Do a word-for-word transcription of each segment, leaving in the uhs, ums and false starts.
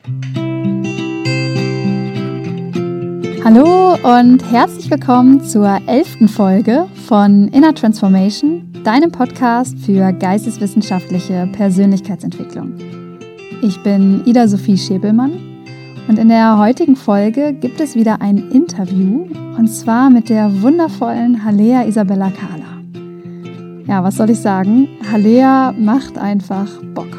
Hallo und herzlich willkommen zur elften Folge von Inner Transformation, deinem Podcast für geisteswissenschaftliche Persönlichkeitsentwicklung. Ich bin Ida Sophie Schäbelmann und in der heutigen Folge gibt es wieder ein Interview und zwar mit der wundervollen Halea Isabella Kahler. Ja, was soll ich sagen? Halea macht einfach Bock.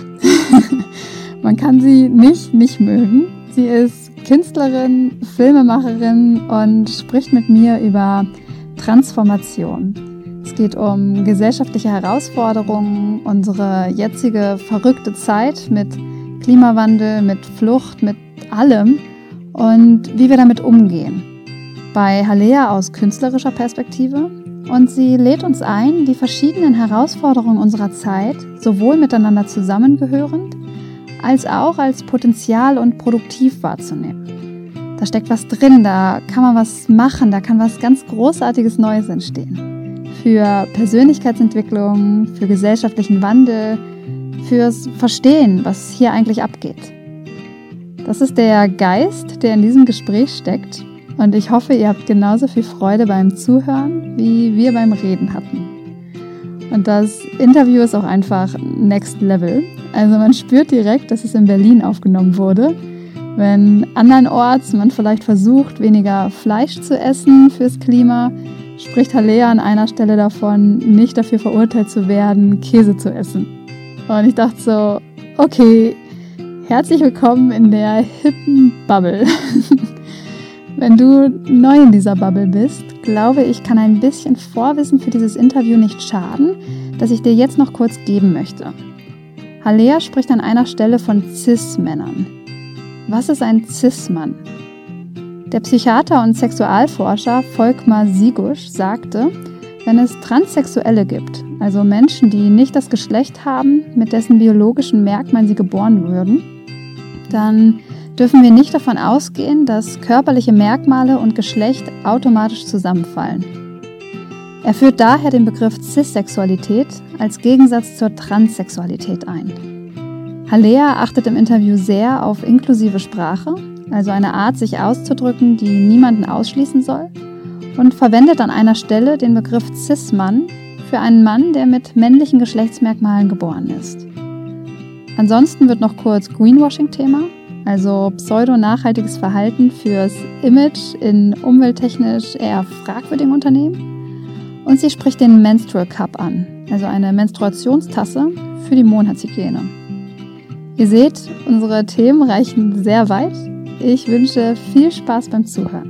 Man kann sie nicht nicht mögen. Sie ist Künstlerin, Filmemacherin und spricht mit mir über Transformation. Es geht um gesellschaftliche Herausforderungen, unsere jetzige verrückte Zeit mit Klimawandel, mit Flucht, mit allem und wie wir damit umgehen. Bei Halea aus künstlerischer Perspektive und sie lädt uns ein, die verschiedenen Herausforderungen unserer Zeit sowohl miteinander zusammengehörend als auch als Potenzial und produktiv wahrzunehmen. Da steckt was drin, da kann man was machen, da kann was ganz Großartiges Neues entstehen. Für Persönlichkeitsentwicklung, für gesellschaftlichen Wandel, fürs Verstehen, was hier eigentlich abgeht. Das ist der Geist, der in diesem Gespräch steckt und ich hoffe, ihr habt genauso viel Freude beim Zuhören, wie wir beim Reden hatten. Und das Interview ist auch einfach next level. Also man spürt direkt, dass es in Berlin aufgenommen wurde. Wenn andernorts man vielleicht versucht, weniger Fleisch zu essen fürs Klima, spricht Halea an einer Stelle davon, nicht dafür verurteilt zu werden, Käse zu essen. Und ich dachte so, okay, herzlich willkommen in der hippen Bubble. Wenn du neu in dieser Bubble bist, glaube ich, kann ein bisschen Vorwissen für dieses Interview nicht schaden, das ich dir jetzt noch kurz geben möchte. Halea spricht an einer Stelle von Cis-Männern. Was ist ein Cis-Mann? Der Psychiater und Sexualforscher Volkmar Sigusch sagte, wenn es Transsexuelle gibt, also Menschen, die nicht das Geschlecht haben, mit dessen biologischen Merkmalen sie geboren würden, dann dürfen wir nicht davon ausgehen, dass körperliche Merkmale und Geschlecht automatisch zusammenfallen. Er führt daher den Begriff Cissexualität als Gegensatz zur Transsexualität ein. Halea achtet im Interview sehr auf inklusive Sprache, also eine Art, sich auszudrücken, die niemanden ausschließen soll, und verwendet an einer Stelle den Begriff Cis-Mann für einen Mann, der mit männlichen Geschlechtsmerkmalen geboren ist. Ansonsten wird noch kurz Greenwashing Thema, also pseudo-nachhaltiges Verhalten fürs Image in umwelttechnisch eher fragwürdigen Unternehmen. Und sie spricht den Menstrual Cup an, also eine Menstruationstasse für die Monatshygiene. Ihr seht, unsere Themen reichen sehr weit. Ich wünsche viel Spaß beim Zuhören.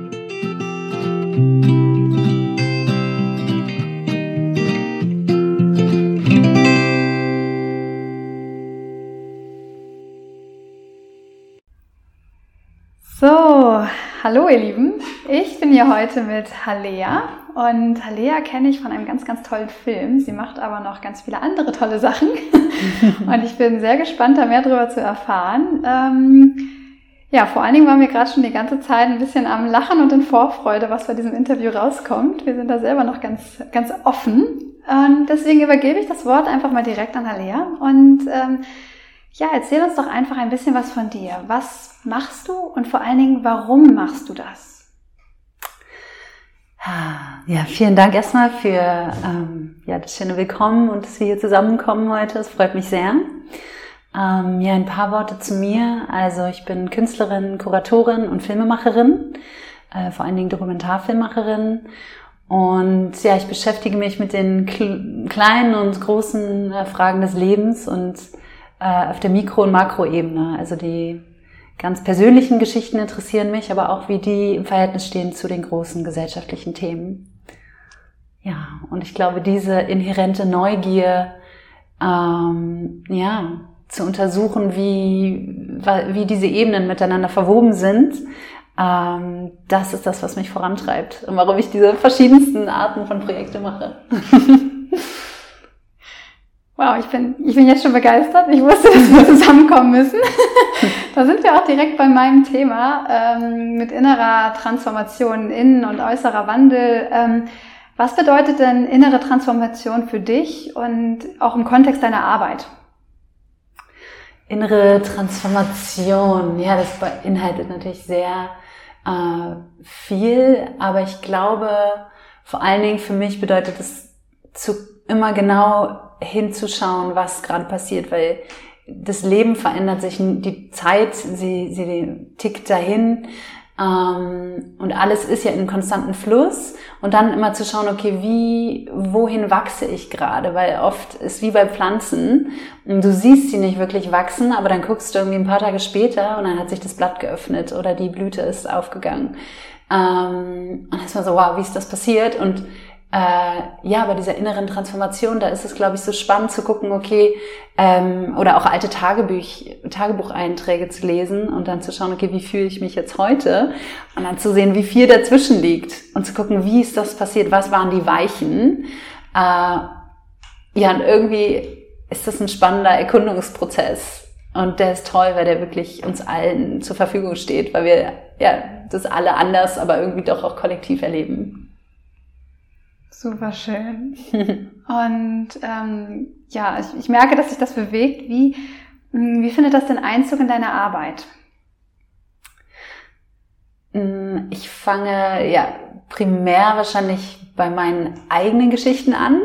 So, hallo ihr Lieben, ich bin hier heute mit Halea und Halea kenne ich von einem ganz, ganz tollen Film. Sie macht aber noch ganz viele andere tolle Sachen und ich bin sehr gespannt, da mehr darüber zu erfahren. Ähm, ja, vor allen Dingen waren wir gerade schon die ganze Zeit ein bisschen am Lachen und in Vorfreude, was bei diesem Interview rauskommt. Wir sind da selber noch ganz, ganz offen und deswegen übergebe ich das Wort einfach mal direkt an Halea und ähm, ja, erzähl uns doch einfach ein bisschen was von dir. Was machst du und vor allen Dingen, warum machst du das? Ja, vielen Dank erstmal für ähm, ja, das schöne Willkommen und dass wir hier zusammenkommen heute. Das freut mich sehr. Ähm, ja, ein paar Worte zu mir. Also ich bin Künstlerin, Kuratorin und Filmemacherin, äh, vor allen Dingen Dokumentarfilmemacherin. Und ja, ich beschäftige mich mit den kl- kleinen und großen äh, Fragen des Lebens und äh, auf der Mikro- und Makroebene. Also die ganz persönlichen Geschichten interessieren mich, aber auch wie die im Verhältnis stehen zu den großen gesellschaftlichen Themen. Ja, und ich glaube, diese inhärente Neugier, ähm, ja, zu untersuchen, wie, wie diese Ebenen miteinander verwoben sind, ähm, das ist das, was mich vorantreibt und warum ich diese verschiedensten Arten von Projekten mache. Wow, ich bin, ich bin jetzt schon begeistert. Ich wusste, dass wir zusammenkommen müssen. Da sind wir auch direkt bei meinem Thema ähm, mit innerer Transformation, innen- und äußerer Wandel. Ähm, was bedeutet denn innere Transformation für dich und auch im Kontext deiner Arbeit? Innere Transformation, ja, das beinhaltet natürlich sehr äh, viel, aber ich glaube, vor allen Dingen für mich bedeutet es, zu immer genau hinzuschauen, was gerade passiert, weil das Leben verändert sich, die Zeit, sie, sie tickt dahin, ähm, und alles ist ja in einem konstanten Fluss, und dann immer zu schauen, okay, wie, wohin wachse ich gerade, weil oft ist wie bei Pflanzen, und du siehst sie nicht wirklich wachsen, aber dann guckst du irgendwie ein paar Tage später und dann hat sich das Blatt geöffnet oder die Blüte ist aufgegangen, ähm, und dann ist man so, wow, wie ist das passiert? Und Äh, ja, bei dieser inneren Transformation, da ist es, glaube ich, so spannend zu gucken, okay, ähm, oder auch alte Tagebuch, Tagebucheinträge zu lesen und dann zu schauen, okay, wie fühle ich mich jetzt heute? Und dann zu sehen, wie viel dazwischen liegt und zu gucken, wie ist das passiert, was waren die Weichen? Äh, ja, und irgendwie ist das ein spannender Erkundungsprozess und der ist toll, weil der wirklich uns allen zur Verfügung steht, weil wir ja das alle anders, aber irgendwie doch auch kollektiv erleben. Super schön. Und ähm, ja, ich, ich merke, dass sich das bewegt. Wie, wie findet das denn Einzug in deine Arbeit? Ich fange ja primär wahrscheinlich bei meinen eigenen Geschichten an.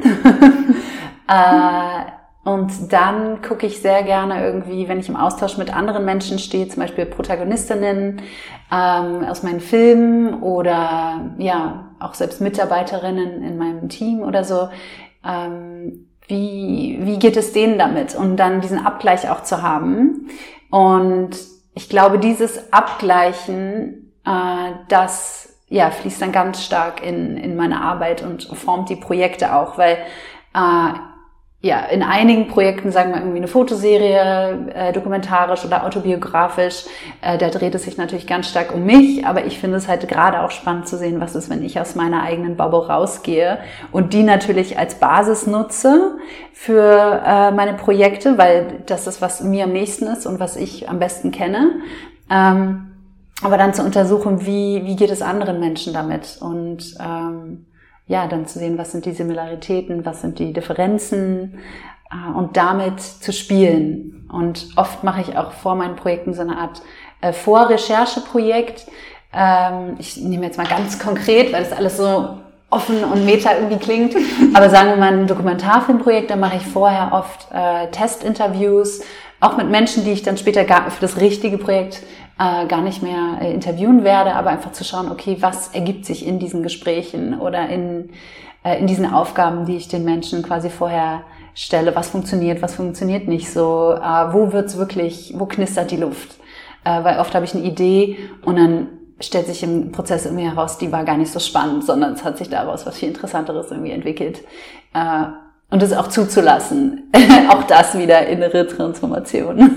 äh, und dann gucke ich sehr gerne irgendwie, wenn ich im Austausch mit anderen Menschen stehe, zum Beispiel Protagonistinnen ähm, aus meinen Filmen oder ja auch selbst Mitarbeiterinnen in meinem Team oder so. Ähm, wie wie geht es denen damit? Und dann diesen Abgleich auch zu haben. Und ich glaube, dieses Abgleichen, äh, das ja fließt dann ganz stark in in meine Arbeit und formt die Projekte auch, weil äh, ja, in einigen Projekten, sagen wir irgendwie eine Fotoserie, äh, dokumentarisch oder autobiografisch, äh, da dreht es sich natürlich ganz stark um mich, aber ich finde es halt gerade auch spannend zu sehen, was ist, wenn ich aus meiner eigenen Bubble rausgehe und die natürlich als Basis nutze für äh, meine Projekte, weil das ist, was mir am nächsten ist und was ich am besten kenne. Ähm, aber dann zu untersuchen, wie, wie geht es anderen Menschen damit und ähm, ja, dann zu sehen, was sind die Similaritäten, was sind die Differenzen äh, und damit zu spielen. Und oft mache ich auch vor meinen Projekten so eine Art äh, Vorrechercheprojekt. Ähm, ich nehme jetzt mal ganz konkret, weil das alles so offen und meta irgendwie klingt, aber sagen wir mal ein Dokumentarfilmprojekt, da mache ich vorher oft äh, Testinterviews, auch mit Menschen, die ich dann später gar, für das richtige Projekt äh, gar nicht mehr äh, interviewen werde, aber einfach zu schauen, okay, was ergibt sich in diesen Gesprächen oder in, äh, in diesen Aufgaben, die ich den Menschen quasi vorher stelle, was funktioniert, was funktioniert nicht so, äh, wo wird's wirklich, wo knistert die Luft, äh, weil oft habe ich eine Idee und dann stellt sich im Prozess irgendwie heraus, die war gar nicht so spannend, sondern es hat sich daraus was viel Interessanteres irgendwie entwickelt. Äh, und das auch zuzulassen. Auch das wieder innere Transformation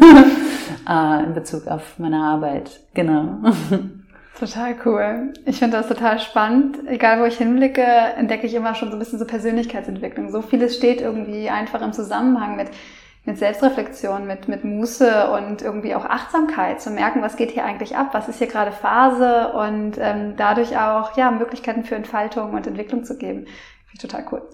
äh, in Bezug auf meine Arbeit. Genau. Total cool. Ich finde das total spannend. Egal, wo ich hinblicke, entdecke ich immer schon so ein bisschen so Persönlichkeitsentwicklung. So vieles steht irgendwie einfach im Zusammenhang mit mit Selbstreflexion, mit mit Muße und irgendwie auch Achtsamkeit, zu merken, was geht hier eigentlich ab, was ist hier gerade Phase und ähm, dadurch auch ja Möglichkeiten für Entfaltung und Entwicklung zu geben. Finde ich total cool.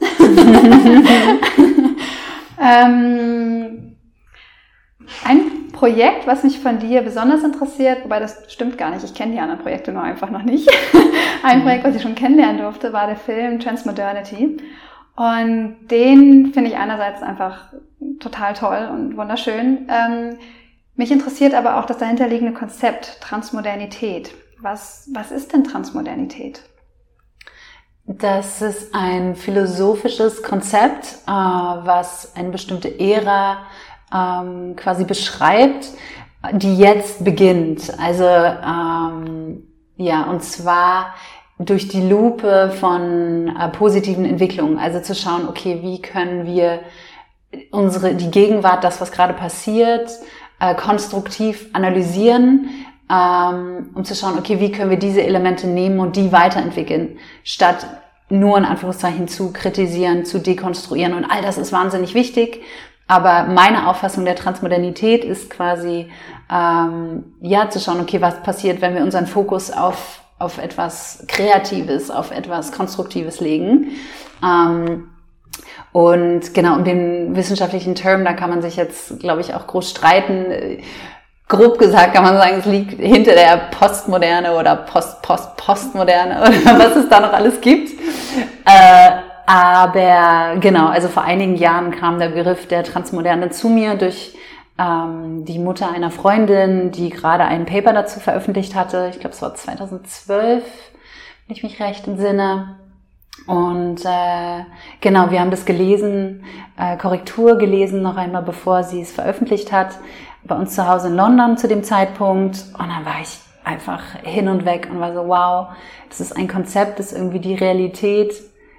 ähm, ein Projekt, was mich von dir besonders interessiert, wobei das stimmt gar nicht, ich kenne die anderen Projekte nur einfach noch nicht. Ein Projekt, was ich schon kennenlernen durfte, war der Film Transmodernity. Und den finde ich einerseits einfach total toll und wunderschön. Ähm, mich interessiert aber auch das dahinterliegende Konzept Transmodernität. Was, was ist denn Transmodernität? Das ist ein philosophisches Konzept, äh, was eine bestimmte Ära ähm, quasi beschreibt, die jetzt beginnt. Also ähm, ja, und zwar durch die Lupe von äh, positiven Entwicklungen, also zu schauen, okay, wie können wir unsere die Gegenwart, das, was gerade passiert, äh, konstruktiv analysieren, ähm, um zu schauen, okay, wie können wir diese Elemente nehmen und die weiterentwickeln, statt nur in Anführungszeichen zu kritisieren, zu dekonstruieren. Und all das ist wahnsinnig wichtig, aber meine Auffassung der Transmodernität ist quasi, ähm, ja, zu schauen, okay, was passiert, wenn wir unseren Fokus auf auf etwas Kreatives, auf etwas Konstruktives legen. Ähm, Und genau, um den wissenschaftlichen Term, da kann man sich jetzt, glaube ich, auch groß streiten. Grob gesagt kann man sagen, es liegt hinter der Postmoderne oder Post-Post-Postmoderne oder was es da noch alles gibt. Äh, aber genau, also vor einigen Jahren kam der Begriff der Transmoderne zu mir durch ähm, die Mutter einer Freundin, die gerade ein Paper dazu veröffentlicht hatte. Ich glaube, es war zweitausendzwölf, wenn ich mich recht entsinne. Und äh, genau, wir haben das gelesen, äh, Korrektur gelesen, noch einmal bevor sie es veröffentlicht hat, bei uns zu Hause in London zu dem Zeitpunkt. Und dann war ich einfach hin und weg und war so, wow, das ist ein Konzept, das irgendwie die Realität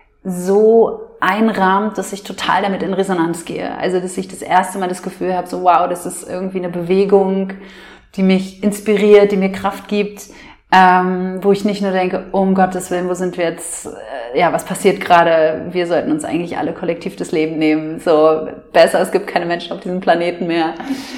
so einrahmt, dass ich total damit in Resonanz gehe. Also, dass ich das erste Mal das Gefühl habe, so wow, das ist irgendwie eine Bewegung, die mich inspiriert, die mir Kraft gibt, ähm, wo ich nicht nur denke, um Gottes Willen, wo sind wir jetzt, äh, ja, was passiert gerade? Wir sollten uns eigentlich alle kollektiv das Leben nehmen. So, besser, es gibt keine Menschen auf diesem Planeten mehr.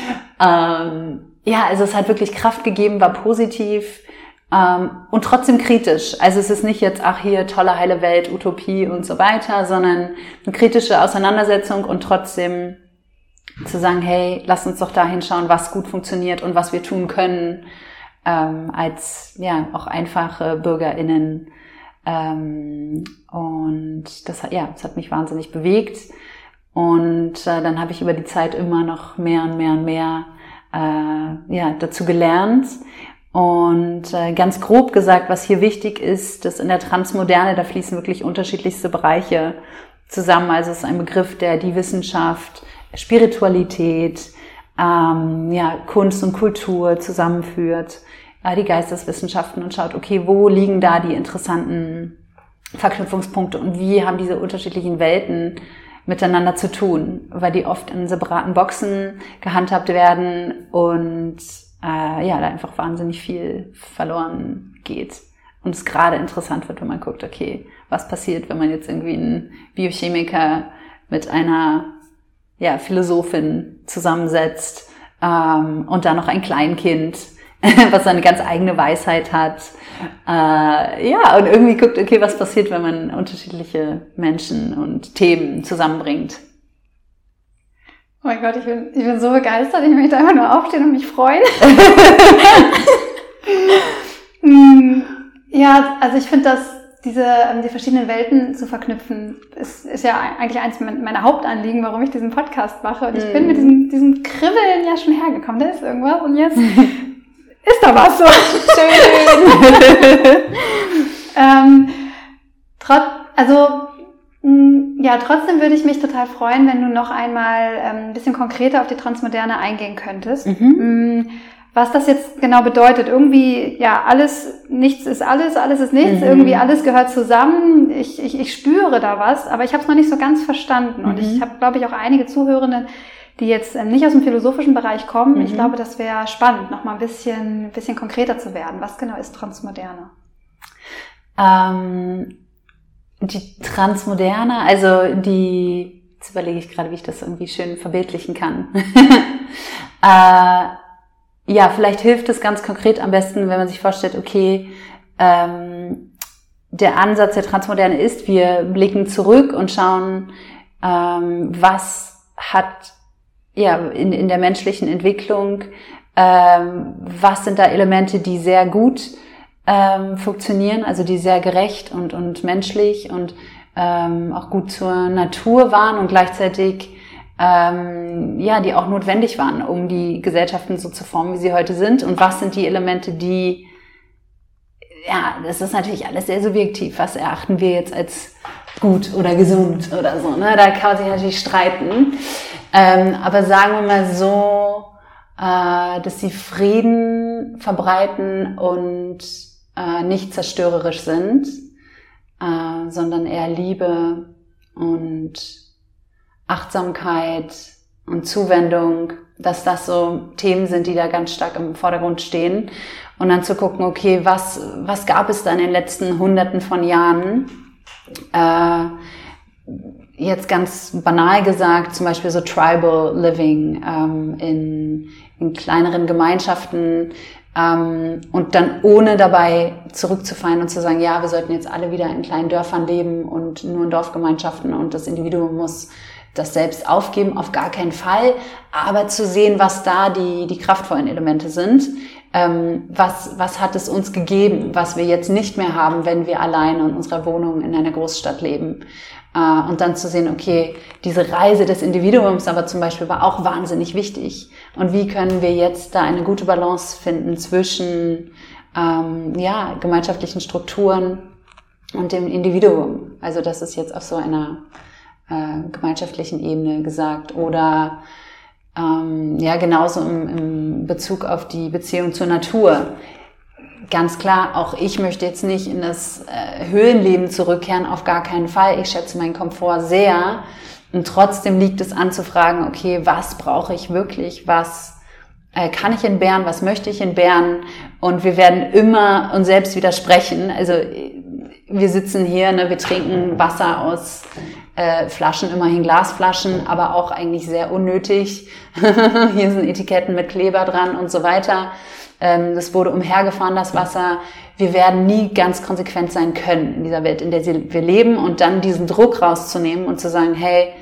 Ähm, ja, also es hat wirklich Kraft gegeben, war positiv, ähm, und trotzdem kritisch. Also es ist nicht jetzt, ach hier, tolle, heile Welt, Utopie und so weiter, sondern eine kritische Auseinandersetzung und trotzdem zu sagen, hey, lass uns doch da hinschauen, was gut funktioniert und was wir tun können, ähm, als ja auch einfache BürgerInnen. Ähm, und das hat, ja, das hat mich wahnsinnig bewegt. Und äh, dann habe ich über die Zeit immer noch mehr und mehr und mehr äh, ja dazu gelernt. Und äh, ganz grob gesagt, was hier wichtig ist, dass in der Transmoderne, da fließen wirklich unterschiedlichste Bereiche zusammen. Also es ist ein Begriff, der die Wissenschaft, Spiritualität, ähm, ja, Kunst und Kultur zusammenführt, äh, die Geisteswissenschaften und schaut, okay, wo liegen da die interessanten Verknüpfungspunkte und wie haben diese unterschiedlichen Welten miteinander zu tun, weil die oft in separaten Boxen gehandhabt werden und äh, ja, da einfach wahnsinnig viel verloren geht. Und es gerade interessant wird, wenn man guckt, okay, was passiert, wenn man jetzt irgendwie einen Biochemiker mit einer ja, Philosophin zusammensetzt ähm, und dann noch ein Kleinkind, was seine ganz eigene Weisheit hat. Äh, ja, und irgendwie guckt, okay, was passiert, wenn man unterschiedliche Menschen und Themen zusammenbringt. Oh mein Gott, ich bin, ich bin so begeistert. Ich möchte einfach nur aufstehen und mich freuen. Ja, also ich finde, dass diese die verschiedenen Welten zu verknüpfen, ist, ist ja eigentlich eins meiner Hauptanliegen, warum ich diesen Podcast mache. Und ich mm. bin mit diesem, diesem Kribbeln ja schon hergekommen. Da ist irgendwas und jetzt ist da was so. Schön. ähm, trotz, also ja, trotzdem würde ich mich total freuen, wenn du noch einmal ähm, ein bisschen konkreter auf die Transmoderne eingehen könntest. Mhm. Was das jetzt genau bedeutet. Irgendwie, ja, alles, nichts ist alles, alles ist nichts. Mhm. Irgendwie alles gehört zusammen. Ich, ich, ich spüre da was, aber ich habe es noch nicht so ganz verstanden. Mhm. Und ich habe, glaube ich, auch einige Zuhörende, die jetzt ähm, nicht aus dem philosophischen Bereich kommen. Mhm. Ich glaube, das wäre spannend, noch mal ein bisschen, ein bisschen konkreter zu werden. Was genau ist Transmoderne? Ähm Die Transmoderne, also die, jetzt überlege ich gerade, wie ich das irgendwie schön verbildlichen kann. äh, ja, vielleicht hilft es ganz konkret am besten, wenn man sich vorstellt, okay, ähm, der Ansatz der Transmoderne ist, wir blicken zurück und schauen, ähm, was hat ja in, in der menschlichen Entwicklung, ähm, was sind da Elemente, die sehr gut Ähm, funktionieren, also die sehr gerecht und, und menschlich und ähm, auch gut zur Natur waren und gleichzeitig ähm, ja, die auch notwendig waren, um die Gesellschaften so zu formen, wie sie heute sind. Und was sind die Elemente, die, ja, das ist natürlich alles sehr subjektiv, was erachten wir jetzt als gut oder gesund oder so, ne? Da kann man sich natürlich streiten. Ähm, aber sagen wir mal so, äh, dass sie Frieden verbreiten und Äh, nicht zerstörerisch sind, äh, sondern eher Liebe und Achtsamkeit und Zuwendung, dass das so Themen sind, die da ganz stark im Vordergrund stehen. Und dann zu gucken, okay, was, was gab es da in den letzten Hunderten von Jahren? Äh, jetzt ganz banal gesagt, zum Beispiel so Tribal Living ähm, in, in kleineren Gemeinschaften, Ähm, und dann ohne dabei zurückzufallen und zu sagen, ja, wir sollten jetzt alle wieder in kleinen Dörfern leben und nur in Dorfgemeinschaften und das Individuum muss das selbst aufgeben, auf gar keinen Fall, aber zu sehen, was da die, die kraftvollen Elemente sind. Ähm, was, was hat es uns gegeben, was wir jetzt nicht mehr haben, wenn wir alleine in unserer Wohnung in einer Großstadt leben. Äh, und dann zu sehen, okay, diese Reise des Individuums aber zum Beispiel war auch wahnsinnig wichtig. Und wie können wir jetzt da eine gute Balance finden zwischen ähm, ja, gemeinschaftlichen Strukturen und dem Individuum? Also das ist jetzt auf so einer äh, gemeinschaftlichen Ebene gesagt. Oder ähm, ja, genauso im, im Bezug auf die Beziehung zur Natur. Ganz klar, auch ich möchte jetzt nicht in das äh, Höhlenleben zurückkehren, auf gar keinen Fall. Ich schätze meinen Komfort sehr. Und trotzdem liegt es an zu fragen, okay, was brauche ich wirklich? Was äh, kann ich entbehren? Was möchte ich entbehren? Und wir werden immer uns selbst widersprechen. Also wir sitzen hier, ne, wir trinken Wasser aus äh, Flaschen, immerhin Glasflaschen, aber auch eigentlich sehr unnötig. Hier sind Etiketten mit Kleber dran und so weiter. Ähm, das wurde umhergefahren, das Wasser. Wir werden nie ganz konsequent sein können in dieser Welt, in der wir leben. Und dann diesen Druck rauszunehmen und zu sagen, hey,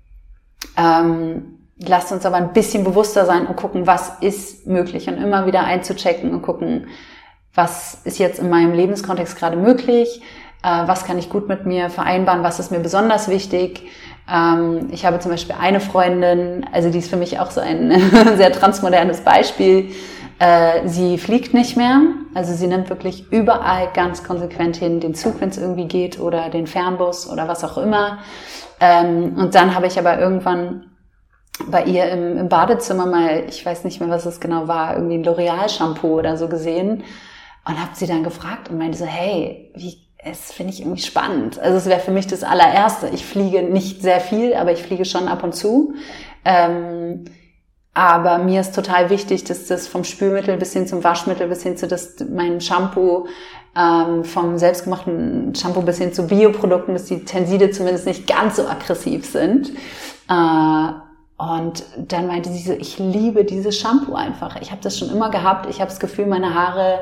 ähm, lasst uns aber ein bisschen bewusster sein und gucken, was ist möglich. Und immer wieder einzuchecken und gucken, was ist jetzt in meinem Lebenskontext gerade möglich, äh, was kann ich gut mit mir vereinbaren, was ist mir besonders wichtig. Ähm, ich habe zum Beispiel eine Freundin, also die ist für mich auch so ein sehr transmodernes Beispiel. Äh, sie fliegt nicht mehr, also sie nimmt wirklich überall ganz konsequent hin, den Zug, wenn es irgendwie geht, oder den Fernbus oder was auch immer. Ähm, und dann habe ich aber irgendwann bei ihr im, im Badezimmer mal, ich weiß nicht mehr, was es genau war, irgendwie ein L'Oreal-Shampoo oder so gesehen und habe sie dann gefragt und meinte so, hey, wie, das finde ich irgendwie spannend. Also es wäre für mich das allererste. Ich fliege nicht sehr viel, aber ich fliege schon ab und zu. Ähm, aber mir ist total wichtig, dass das vom Spülmittel bis hin zum Waschmittel, bis hin zu das, mein Shampoo, ähm, vom selbstgemachten Shampoo bis hin zu Bioprodukten, dass die Tenside zumindest nicht ganz so aggressiv sind. Äh, Und dann meinte sie so, ich liebe dieses Shampoo einfach. Ich habe das schon immer gehabt. Ich habe das Gefühl, meine Haare,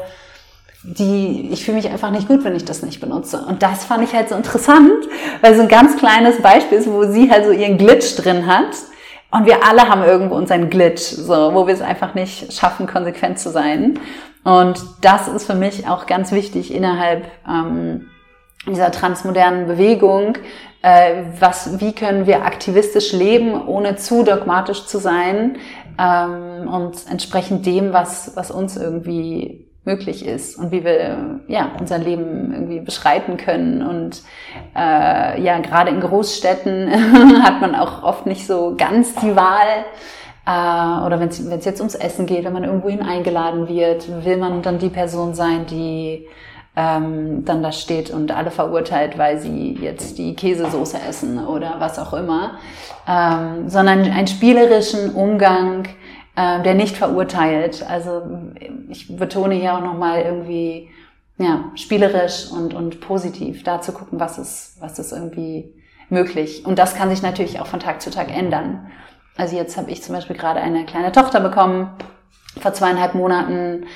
die, ich fühle mich einfach nicht gut, wenn ich das nicht benutze. Und das fand ich halt so interessant, weil so ein ganz kleines Beispiel ist, wo sie halt so ihren Glitch drin hat. Und wir alle haben irgendwo unseren Glitch, so, wo wir es einfach nicht schaffen, konsequent zu sein. Und das ist für mich auch ganz wichtig innerhalb ähm, dieser transmodernen Bewegung. Äh, was, wie können wir aktivistisch leben, ohne zu dogmatisch zu sein, ähm, und entsprechend dem, was, was uns irgendwie möglich ist und wie wir ja unser Leben irgendwie beschreiten können. Und äh, ja, gerade in Großstädten hat man auch oft nicht so ganz die Wahl. Äh, oder wenn es jetzt ums Essen geht, wenn man irgendwohin eingeladen wird, will man dann die Person sein, die ähm, dann da steht und alle verurteilt, weil sie jetzt die Käsesoße essen oder was auch immer. Ähm, sondern einen spielerischen Umgang, der nicht verurteilt. Also ich betone hier auch nochmal irgendwie ja spielerisch und und positiv, da zu gucken, was ist was ist irgendwie möglich. Und das kann sich natürlich auch von Tag zu Tag ändern. Also jetzt habe ich zum Beispiel gerade eine kleine Tochter bekommen, vor zweieinhalb Monaten,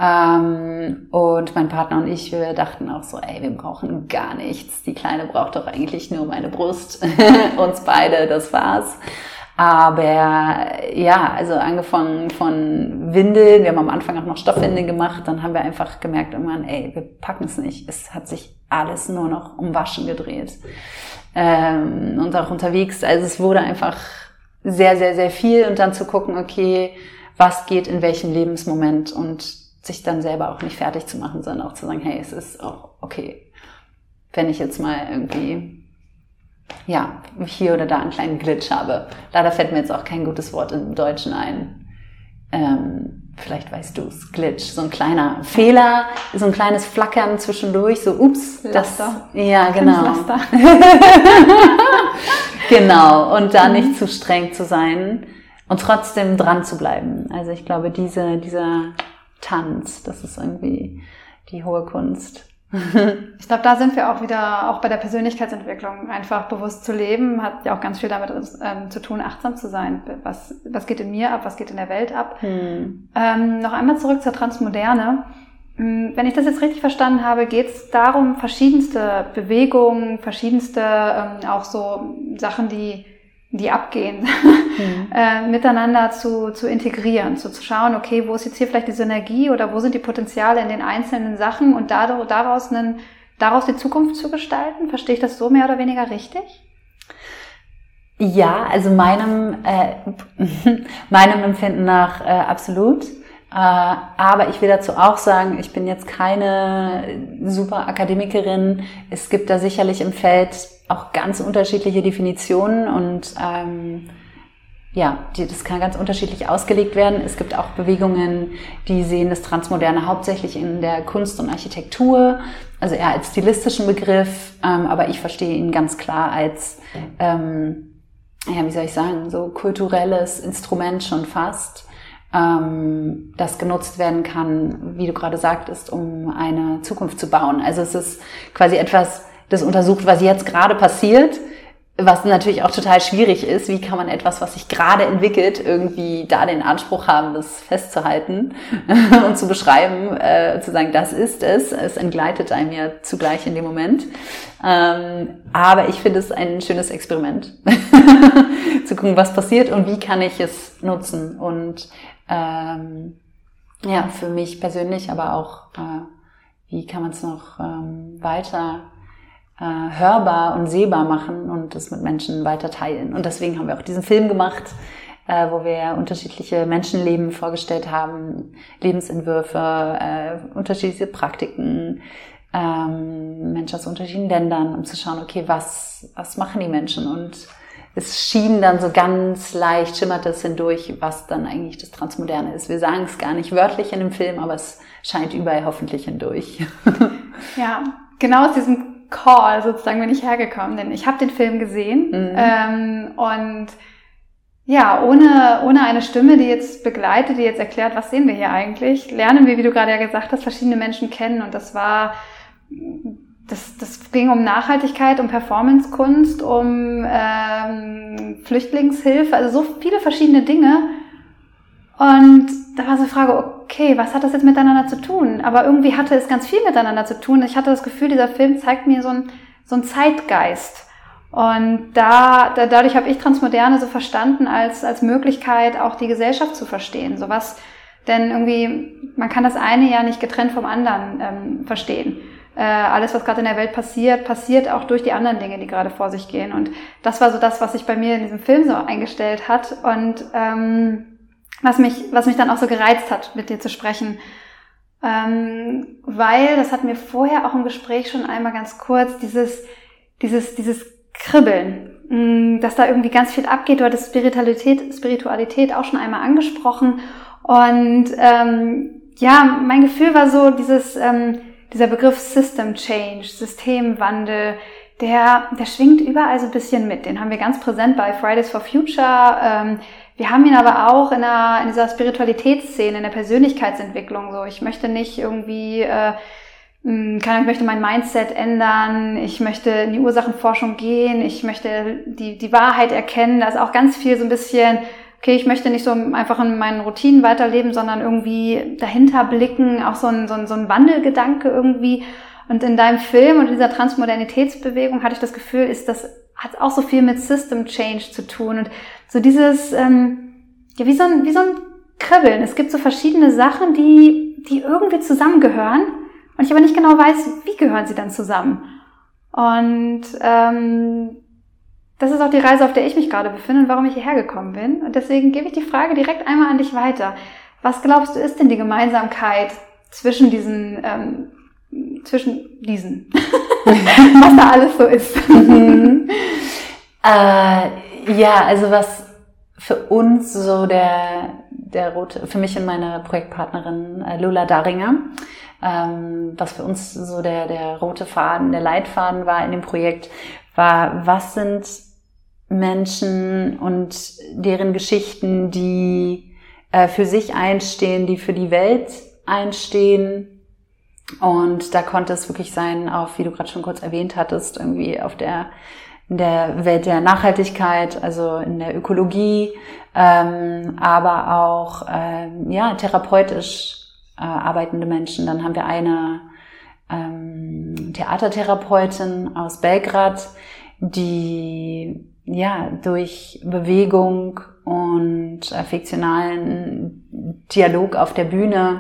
ähm, und mein Partner und ich, wir dachten auch so, ey, wir brauchen gar nichts. Die Kleine braucht doch eigentlich nur meine Brust, uns beide, das war's. Aber ja, also angefangen von Windeln, wir haben am Anfang auch noch Stoffwindeln gemacht, dann haben wir einfach gemerkt irgendwann, ey, wir packen es nicht. Es hat sich alles nur noch um Waschen gedreht. Ähm, und auch unterwegs, also es wurde einfach sehr, sehr, sehr viel. Und dann zu gucken, okay, was geht in welchem Lebensmoment und sich dann selber auch nicht fertig zu machen, sondern auch zu sagen, hey, es ist auch okay, wenn ich jetzt mal irgendwie ja, hier oder da einen kleinen Glitch habe. Leider fällt mir jetzt auch kein gutes Wort im Deutschen ein. Ähm, vielleicht weißt du es, Glitch. So ein kleiner Fehler, so ein kleines Flackern zwischendurch, so ups. Laster. Das, ja, genau. Laster. Genau, und da nicht zu streng zu sein und trotzdem dran zu bleiben. Also ich glaube, diese, dieser Tanz, das ist irgendwie die hohe Kunst. Ich glaube, da sind wir auch wieder, auch bei der Persönlichkeitsentwicklung, einfach bewusst zu leben, hat ja auch ganz viel damit ähm, zu tun, achtsam zu sein. Was, was geht in mir ab, was geht in der Welt ab? Hm. Ähm, noch einmal zurück zur Transmoderne. Wenn ich das jetzt richtig verstanden habe, geht es darum, verschiedenste Bewegungen, verschiedenste ähm, auch so Sachen, die die abgehen, mhm. äh, miteinander zu, zu integrieren, zu, zu schauen, okay, wo ist jetzt hier vielleicht die Synergie oder wo sind die Potenziale in den einzelnen Sachen und dadurch, daraus, einen, daraus die Zukunft zu gestalten? Verstehe ich das so mehr oder weniger richtig? Ja, also meinem, äh, meinem Empfinden nach äh, absolut. Äh, aber ich will dazu auch sagen, ich bin jetzt keine super Akademikerin. Es gibt da sicherlich im Feld auch ganz unterschiedliche Definitionen und ähm, ja, die, das kann ganz unterschiedlich ausgelegt werden. Es gibt auch Bewegungen, die sehen das Transmoderne hauptsächlich in der Kunst und Architektur, also eher als stilistischen Begriff, ähm, aber ich verstehe ihn ganz klar als, ähm, ja, wie soll ich sagen, so kulturelles Instrument schon fast, ähm, das genutzt werden kann, wie du gerade sagtest, um eine Zukunft zu bauen. Also es ist quasi etwas, das untersucht, was jetzt gerade passiert, was natürlich auch total schwierig ist. Wie kann man etwas, was sich gerade entwickelt, irgendwie da den Anspruch haben, das festzuhalten und zu beschreiben, äh, zu sagen, das ist es. Es entgleitet einem ja zugleich in dem Moment. Ähm, aber ich finde es ein schönes Experiment, zu gucken, was passiert und wie kann ich es nutzen. Und ähm, ja, für mich persönlich, aber auch, äh, wie kann man es noch ähm, weiter Äh, hörbar und sehbar machen und das mit Menschen weiter teilen. Und deswegen haben wir auch diesen Film gemacht, äh, wo wir unterschiedliche Menschenleben vorgestellt haben, Lebensentwürfe, äh, unterschiedliche Praktiken, ähm, Menschen aus unterschiedlichen Ländern, um zu schauen, okay, was, was machen die Menschen? Und es schien dann so ganz leicht, schimmerte es hindurch, was dann eigentlich das Transmoderne ist. Wir sagen es gar nicht wörtlich in dem Film, aber es scheint überall hoffentlich hindurch. Ja, genau aus diesem Call sozusagen bin ich hergekommen, denn ich habe den Film gesehen mhm. ähm, und ja, ohne ohne eine Stimme, die jetzt begleitet, die jetzt erklärt, was sehen wir hier eigentlich, lernen wir, wie du gerade ja gesagt hast, verschiedene Menschen kennen und das war, das das ging um Nachhaltigkeit, um Performancekunst, um ähm, Flüchtlingshilfe, also so viele verschiedene Dinge. Und da war so die Frage, okay, was hat das jetzt miteinander zu tun? Aber irgendwie hatte es ganz viel miteinander zu tun. Ich hatte das Gefühl, dieser Film zeigt mir so einen so einen Zeitgeist. Und da, da dadurch habe ich Transmoderne so verstanden als als Möglichkeit, auch die Gesellschaft zu verstehen. So was, denn irgendwie, man kann das eine ja nicht getrennt vom anderen ähm, verstehen. Äh, alles, was gerade in der Welt passiert, passiert auch durch die anderen Dinge, die gerade vor sich gehen. Und das war so das, was sich bei mir in diesem Film so eingestellt hat. Und ähm, was mich, was mich dann auch so gereizt hat, mit dir zu sprechen. Ähm, weil, das hatten wir vorher auch im Gespräch schon einmal ganz kurz, dieses, dieses, dieses Kribbeln, mh, dass da irgendwie ganz viel abgeht. Du hattest Spiritualität, Spiritualität auch schon einmal angesprochen. Und ähm, ja, mein Gefühl war so, dieses, ähm, dieser Begriff System Change, Systemwandel, der, der schwingt überall so ein bisschen mit. Den haben wir ganz präsent bei Fridays for Future. Ähm, Wir haben ihn aber auch in, einer, in dieser Spiritualitätsszene, in der Persönlichkeitsentwicklung. So, ich möchte nicht irgendwie, äh, kann, ich möchte mein Mindset ändern, ich möchte in die Ursachenforschung gehen, ich möchte die, die Wahrheit erkennen. Da ist auch ganz viel so ein bisschen, okay, ich möchte nicht so einfach in meinen Routinen weiterleben, sondern irgendwie dahinter blicken, auch so ein, so ein, so ein Wandelgedanke irgendwie. Und in deinem Film und in dieser Transmodernitätsbewegung hatte ich das Gefühl, ist das, hat auch so viel mit System Change zu tun und so dieses, ähm, ja, wie so ein, wie so ein Kribbeln. Es gibt so verschiedene Sachen, die, die irgendwie zusammengehören und ich aber nicht genau weiß, wie gehören sie dann zusammen. Und, ähm, das ist auch die Reise, auf der ich mich gerade befinde und warum ich hierher gekommen bin. Und deswegen gebe ich die Frage direkt einmal an dich weiter. Was glaubst du, ist denn die Gemeinsamkeit zwischen diesen, ähm, zwischen diesen, was da alles so ist? Mhm. äh, ja, also was für uns so der, der rote, für mich und meine Projektpartnerin äh, Lula Daringer, ähm, was für uns so der, der rote Faden, der Leitfaden war in dem Projekt, war, was sind Menschen und deren Geschichten, die äh, für sich einstehen, die für die Welt einstehen, Und da konnte es wirklich sein, auf, wie du gerade schon kurz erwähnt hattest, irgendwie auf der, in der Welt der Nachhaltigkeit, also in der Ökologie, ähm, aber auch, ähm, ja, therapeutisch äh, arbeitende Menschen. Dann haben wir eine ähm, Theatertherapeutin aus Belgrad, die, ja, durch Bewegung und äh, fiktionalen Dialog auf der Bühne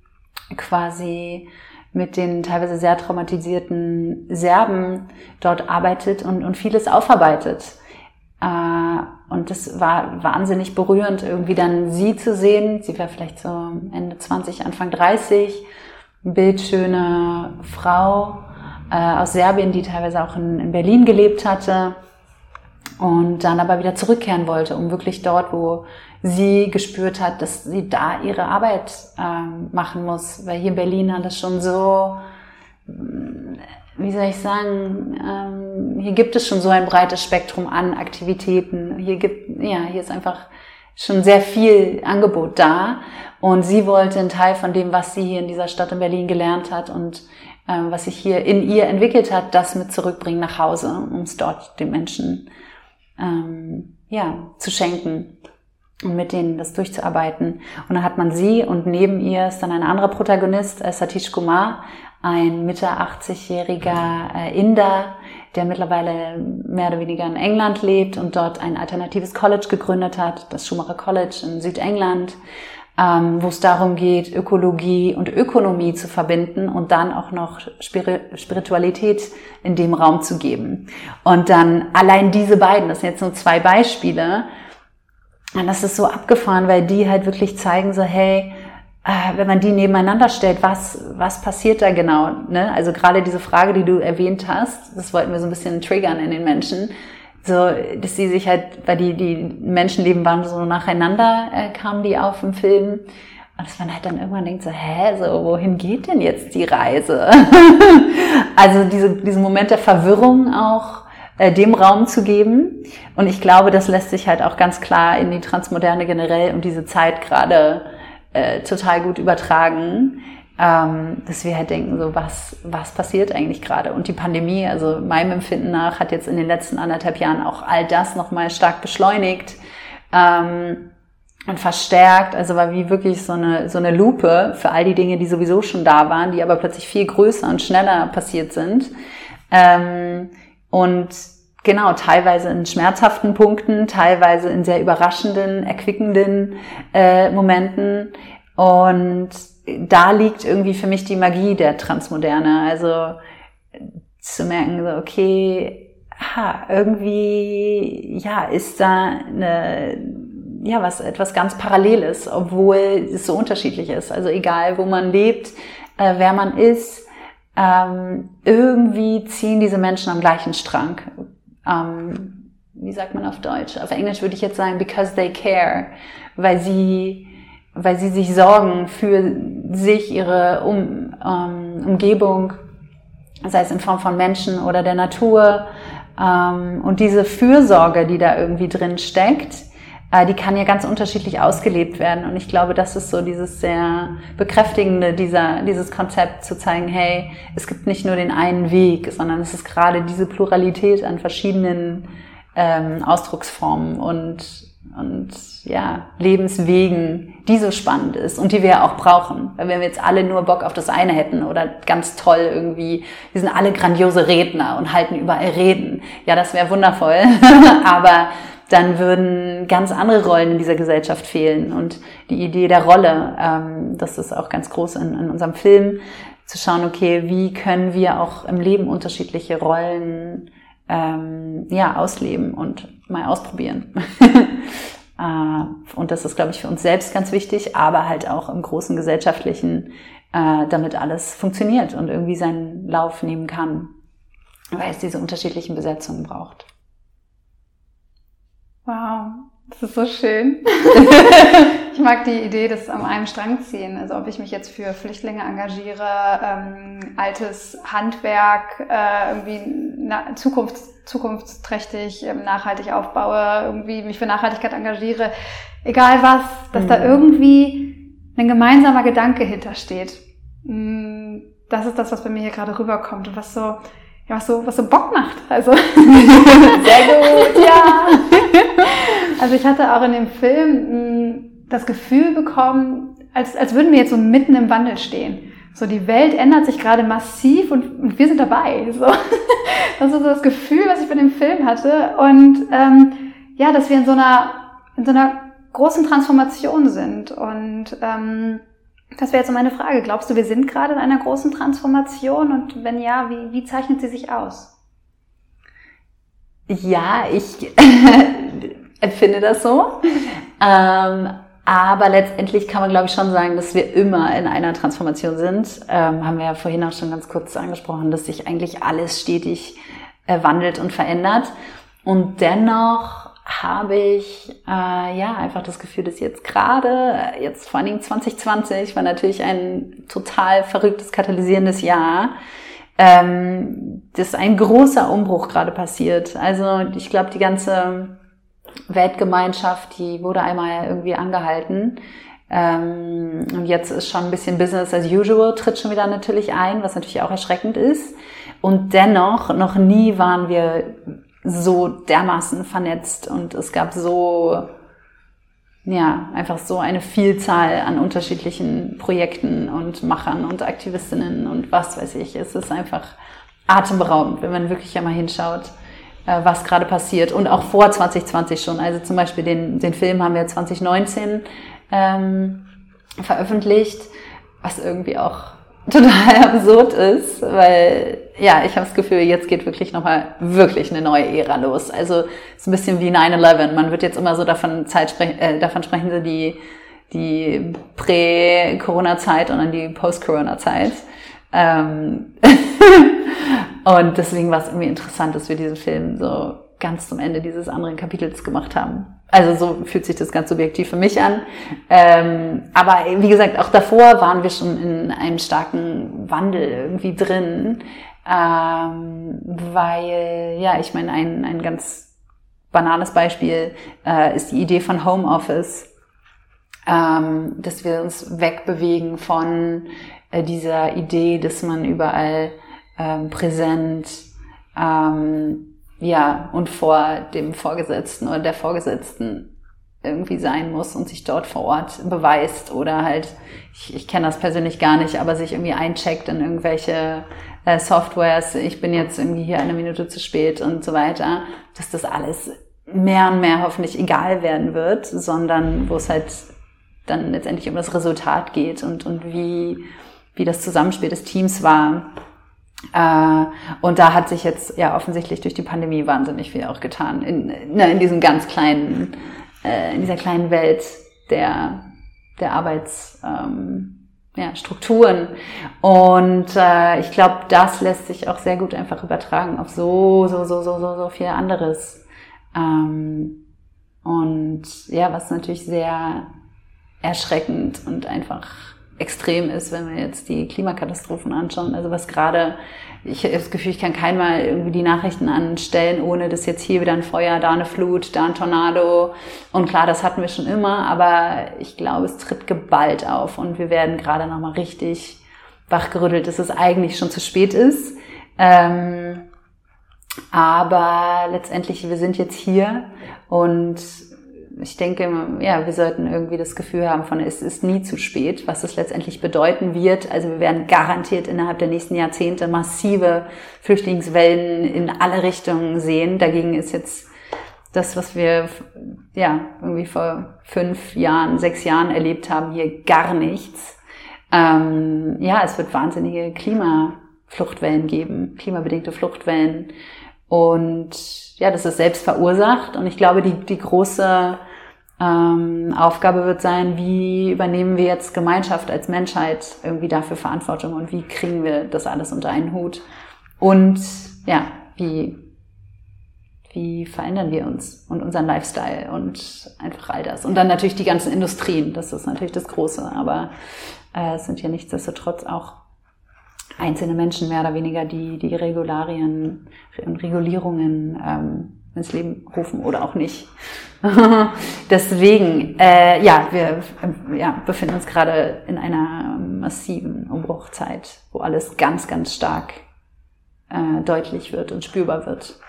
quasi mit den teilweise sehr traumatisierten Serben dort arbeitet und, und vieles aufarbeitet. Äh, und das war wahnsinnig berührend, irgendwie dann sie zu sehen. Sie war vielleicht so Ende zwanzig, Anfang dreißig, bildschöne Frau äh, aus Serbien, die teilweise auch in, in Berlin gelebt hatte und dann aber wieder zurückkehren wollte, um wirklich dort, wo sie gespürt hat, dass sie da ihre Arbeit ähm, machen muss, weil hier in Berlin hat es schon so, wie soll ich sagen, ähm, hier gibt es schon so ein breites Spektrum an Aktivitäten. Hier gibt, ja, hier ist einfach schon sehr viel Angebot da und sie wollte einen Teil von dem, was sie hier in dieser Stadt in Berlin gelernt hat und ähm, was sich hier in ihr entwickelt hat, das mit zurückbringen nach Hause, um es dort den Menschen ähm, ja, zu schenken und mit denen das durchzuarbeiten. Und dann hat man sie und neben ihr ist dann ein anderer Protagonist, äh, Satish Kumar, ein Mitte achtzigjähriger äh, Inder, der mittlerweile mehr oder weniger in England lebt und dort ein alternatives College gegründet hat, das Schumacher College in Südengland, ähm, wo es darum geht, Ökologie und Ökonomie zu verbinden und dann auch noch Spiri- Spiritualität in dem Raum zu geben. Und dann allein diese beiden, das sind jetzt nur zwei Beispiele, und das ist so abgefahren, weil die halt wirklich zeigen so, hey, äh, wenn man die nebeneinander stellt, was was passiert da genau? Ne? Also gerade diese Frage, die du erwähnt hast, das wollten wir so ein bisschen triggern in den Menschen, so dass sie sich halt, weil die die Menschenleben waren so nacheinander, äh, kamen die auf im Film. Und dass man halt dann irgendwann denkt so, hä, so wohin geht denn jetzt die Reise? Also diese diesen Moment der Verwirrung auch dem Raum zu geben. Und ich glaube, das lässt sich halt auch ganz klar in die Transmoderne generell und diese Zeit gerade äh, total gut übertragen, ähm, dass wir halt denken, so was was passiert eigentlich gerade? Und die Pandemie, also meinem Empfinden nach, hat jetzt in den letzten anderthalb Jahren auch all das nochmal stark beschleunigt ähm, und verstärkt. Also war wie wirklich so eine so eine Lupe für all die Dinge, die sowieso schon da waren, die aber plötzlich viel größer und schneller passiert sind. Ähm, Und genau, teilweise in schmerzhaften Punkten, teilweise in sehr überraschenden, erquickenden äh, Momenten. Und da liegt irgendwie für mich die Magie der Transmoderne. Also zu merken, so okay, ha, irgendwie ja ist da eine, ja was etwas ganz Paralleles, obwohl es so unterschiedlich ist. Also egal, wo man lebt, äh, wer man ist. Ähm, irgendwie ziehen diese Menschen am gleichen Strang. Ähm, wie sagt man auf Deutsch? Auf Englisch würde ich jetzt sagen, because they care, weil sie, weil sie sich sorgen für sich, ihre um, ähm, Umgebung, sei es in Form von Menschen oder der Natur. Ähm, und diese Fürsorge, die da irgendwie drin steckt, die kann ja ganz unterschiedlich ausgelebt werden. Und ich glaube, das ist so dieses sehr bekräftigende, dieser, dieses Konzept zu zeigen, hey, es gibt nicht nur den einen Weg, sondern es ist gerade diese Pluralität an verschiedenen ähm, Ausdrucksformen und, und ja, Lebenswegen, die so spannend ist und die wir ja auch brauchen. Weil wenn wir jetzt alle nur Bock auf das eine hätten oder ganz toll irgendwie, wir sind alle grandiose Redner und halten überall Reden. Ja, das wäre wundervoll. Aber dann würden ganz andere Rollen in dieser Gesellschaft fehlen. Und die Idee der Rolle, ähm, das ist auch ganz groß in, in unserem Film, zu schauen, okay, wie können wir auch im Leben unterschiedliche Rollen ähm, ja ausleben und mal ausprobieren. äh, und das ist, glaube ich, für uns selbst ganz wichtig, aber halt auch im großen gesellschaftlichen, äh, damit alles funktioniert und irgendwie seinen Lauf nehmen kann, weil es diese unterschiedlichen Besetzungen braucht. Wow, das ist so schön. Ich mag die Idee des am einen Strang ziehen. Also ob ich mich jetzt für Flüchtlinge engagiere, ähm, altes Handwerk, äh, irgendwie na, zukunfts-, zukunftsträchtig, ähm, nachhaltig aufbaue, irgendwie mich für Nachhaltigkeit engagiere, egal was, dass mhm. da irgendwie ein gemeinsamer Gedanke hintersteht. das ist das, was bei mir hier gerade rüberkommt und was so, ja, was so, was so Bock macht. Also sehr gut, ja. Also ich hatte auch in dem Film mh, das Gefühl bekommen, als als würden wir jetzt so mitten im Wandel stehen. So, die Welt ändert sich gerade massiv und, und wir sind dabei. So. Das ist so das Gefühl, was ich bei dem Film hatte. Und ähm, ja, dass wir in so einer in so einer großen Transformation sind. Und ähm, das wäre jetzt so meine Frage. Glaubst du, wir sind gerade in einer großen Transformation? Und wenn ja, wie, wie zeichnet sie sich aus? Ja, ich empfinde das so. Ähm, aber letztendlich kann man, glaube ich, schon sagen, dass wir immer in einer Transformation sind. Ähm, haben wir ja vorhin auch schon ganz kurz angesprochen, dass sich eigentlich alles stetig äh, wandelt und verändert. Und dennoch habe ich äh, ja einfach das Gefühl, dass jetzt gerade, jetzt vor allem zwanzig zwanzig, war natürlich ein total verrücktes, katalysierendes Jahr, ähm, dass ein großer Umbruch gerade passiert. Also ich glaube, die ganze Weltgemeinschaft, die wurde einmal irgendwie angehalten. Ähm, und jetzt ist schon ein bisschen Business as usual, tritt schon wieder natürlich ein, was natürlich auch erschreckend ist. Und dennoch, noch nie waren wir so dermaßen vernetzt und es gab so, ja, einfach so eine Vielzahl an unterschiedlichen Projekten und Machern und Aktivistinnen und was weiß ich. Es ist einfach atemberaubend, wenn man wirklich einmal hinschaut, was gerade passiert. Und auch vor zwanzig zwanzig schon. Also zum Beispiel den, den Film haben wir zwanzig neunzehn ähm, veröffentlicht, was irgendwie auch total absurd ist, weil, ja, ich habe das Gefühl, jetzt geht wirklich nochmal wirklich eine neue Ära los. Also es ist ein bisschen wie nine eleven. Man wird jetzt immer so davon Zeit sprechen, äh, davon sprechen, so die die Prä-Corona-Zeit und dann die Post-Corona-Zeit. Ähm und deswegen war es irgendwie interessant, dass wir diesen Film so ganz zum Ende dieses anderen Kapitels gemacht haben. Also so fühlt sich das ganz subjektiv für mich an. Ähm, aber wie gesagt, auch davor waren wir schon in einem starken Wandel irgendwie drin. Ähm, weil, ja, ich meine, ein, ein ganz banales Beispiel äh, ist die Idee von Homeoffice. Ähm, dass wir uns wegbewegen von äh, dieser Idee, dass man überall ähm, präsent ähm, ja, und vor dem Vorgesetzten oder der Vorgesetzten irgendwie sein muss und sich dort vor Ort beweist oder halt, ich, ich kenne das persönlich gar nicht, aber sich irgendwie eincheckt in irgendwelche äh, Softwares, ich bin jetzt irgendwie hier eine Minute zu spät und so weiter, dass das alles mehr und mehr hoffentlich egal werden wird, sondern wo es halt dann letztendlich um das Resultat geht und, und wie, wie das Zusammenspiel des Teams war. Äh, und da hat sich jetzt ja offensichtlich durch die Pandemie wahnsinnig viel auch getan in, ne, in diesem ganz kleinen, äh, in dieser kleinen Welt der der Arbeitsstrukturen. Ähm, ja, Strukturen. Und äh, ich glaube, das lässt sich auch sehr gut einfach übertragen auf so so so so so so viel anderes. Ähm, und ja, was natürlich sehr erschreckend und einfach extrem ist, wenn wir jetzt die Klimakatastrophen anschauen. Also was gerade, ich habe das Gefühl, ich kann kein Mal irgendwie die Nachrichten anstellen, ohne dass jetzt hier wieder ein Feuer, da eine Flut, da ein Tornado. Und klar, das hatten wir schon immer, aber ich glaube, es tritt geballt auf und wir werden gerade nochmal richtig wachgerüttelt, dass es eigentlich schon zu spät ist. Ähm, aber letztendlich, wir sind jetzt hier und ich denke, ja, wir sollten irgendwie das Gefühl haben von, es ist nie zu spät, was das letztendlich bedeuten wird. Also wir werden garantiert innerhalb der nächsten Jahrzehnte massive Flüchtlingswellen in alle Richtungen sehen. Dagegen ist jetzt das, was wir, ja, irgendwie vor fünf Jahren, sechs Jahren erlebt haben, hier gar nichts. Ähm, ja, es wird wahnsinnige Klimafluchtwellen geben, klimabedingte Fluchtwellen. Und ja, das ist selbst verursacht. Und ich glaube, die, die große ähm, Aufgabe wird sein, wie übernehmen wir jetzt Gemeinschaft als Menschheit irgendwie dafür Verantwortung und wie kriegen wir das alles unter einen Hut? Und ja, wie, wie verändern wir uns und unseren Lifestyle und einfach all das. Und dann natürlich die ganzen Industrien, das ist natürlich das Große. Aber äh, es sind ja nichtsdestotrotz auch einzelne Menschen mehr oder weniger, die die Regularien und Regulierungen ähm, ins Leben rufen oder auch nicht. Deswegen, äh, ja, wir äh, ja, befinden uns gerade in einer massiven Umbruchzeit, wo alles ganz, ganz stark äh, deutlich wird und spürbar wird.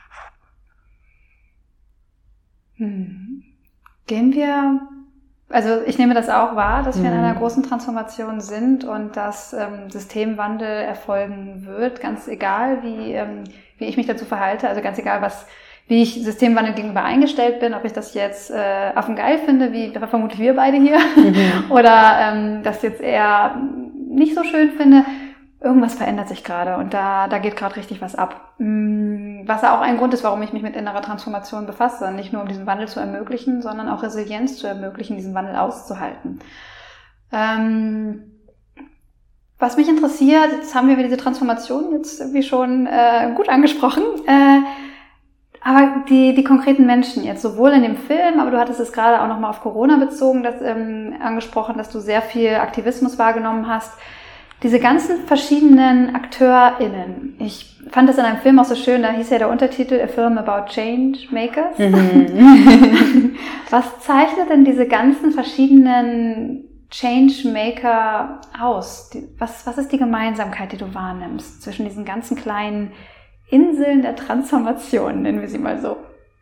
Hm. Gehen wir, also ich nehme das auch wahr, dass wir Mhm. in einer großen Transformation sind und dass ähm, Systemwandel erfolgen wird, ganz egal, wie, ähm, wie ich mich dazu verhalte, also ganz egal, was wie ich Systemwandel gegenüber eingestellt bin, ob ich das jetzt äh, affengeil finde, wie vermutlich wir beide hier, Mhm. oder ähm, das jetzt eher nicht so schön finde. Irgendwas verändert sich gerade und da, da geht gerade richtig was ab. Was auch ein Grund ist, warum ich mich mit innerer Transformation befasse. Nicht nur um diesen Wandel zu ermöglichen, sondern auch Resilienz zu ermöglichen, diesen Wandel auszuhalten. Ähm, was mich interessiert, jetzt haben wir diese Transformation jetzt irgendwie schon äh, gut angesprochen, äh, aber die, die konkreten Menschen jetzt, sowohl in dem Film, aber du hattest es gerade auch nochmal auf Corona bezogen, das, ähm, angesprochen, dass du sehr viel Aktivismus wahrgenommen hast. Diese ganzen verschiedenen AkteurInnen. Ich fand das in einem Film auch so schön, da hieß ja der Untertitel A Film About Change Makers. Mhm. Was zeichnet denn diese ganzen verschiedenen Changemaker aus? Die, was, was ist die Gemeinsamkeit, die du wahrnimmst zwischen diesen ganzen kleinen Inseln der Transformation, nennen wir sie mal so?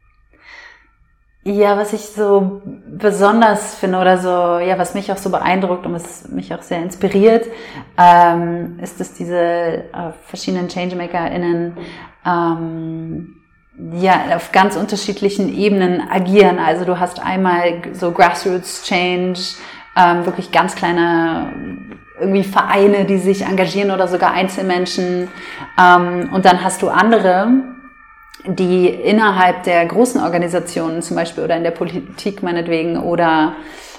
Ja, was ich so besonders finde oder so, ja, was mich auch so beeindruckt und was mich auch sehr inspiriert, ähm, ist, dass diese äh, verschiedenen ChangemakerInnen ähm, ja auf ganz unterschiedlichen Ebenen agieren. Also du hast einmal so Grassroots Change, ähm, wirklich ganz kleine irgendwie Vereine, die sich engagieren oder sogar Einzelmenschen. Ähm, und dann hast du andere, die innerhalb der großen Organisationen zum Beispiel oder in der Politik meinetwegen oder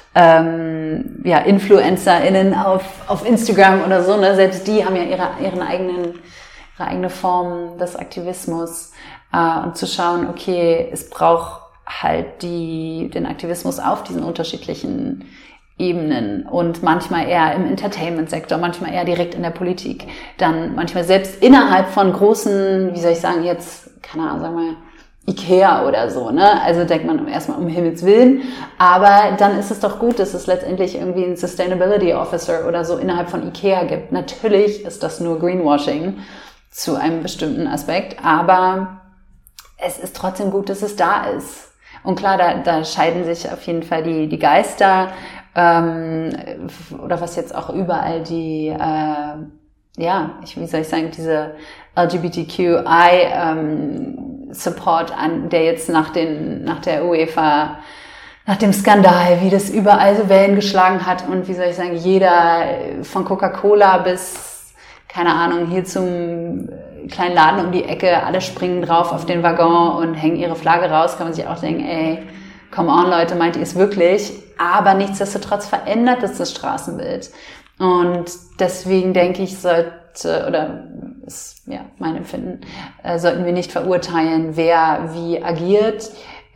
ähm, ja InfluencerInnen auf auf Instagram oder so, ne, selbst die haben ja ihre ihren eigenen ihre eigene Form des Aktivismus äh, und zu schauen, okay, es braucht halt die den Aktivismus auf diesen unterschiedlichen Ebenen und manchmal eher im Entertainment-Sektor, manchmal eher direkt in der Politik, dann manchmal selbst innerhalb von großen, wie soll ich sagen, jetzt, keine Ahnung, sagen wir Ikea oder so, ne? Also denkt man erstmal um Himmels Willen, aber dann ist es doch gut, dass es letztendlich irgendwie einen Sustainability Officer oder so innerhalb von Ikea gibt. Natürlich ist das nur Greenwashing zu einem bestimmten Aspekt, aber es ist trotzdem gut, dass es da ist. Und klar, da, da scheiden sich auf jeden Fall die, die Geister, ähm, oder was jetzt auch überall die, äh, ja, ich, wie soll ich sagen, diese L G B T Q I ähm, Support an, der jetzt nach den, nach der UEFA, nach dem Skandal, wie das überall so Wellen geschlagen hat und wie soll ich sagen, jeder von Coca-Cola bis, keine Ahnung, hier zum kleinen Laden um die Ecke, alle springen drauf auf den Waggon und hängen ihre Flagge raus, kann man sich auch denken, ey, come on Leute, meint ihr es wirklich? Aber nichtsdestotrotz verändert es das Straßenbild. Und deswegen denke ich, sollte, oder ist ja mein Empfinden, äh, sollten wir nicht verurteilen, wer wie agiert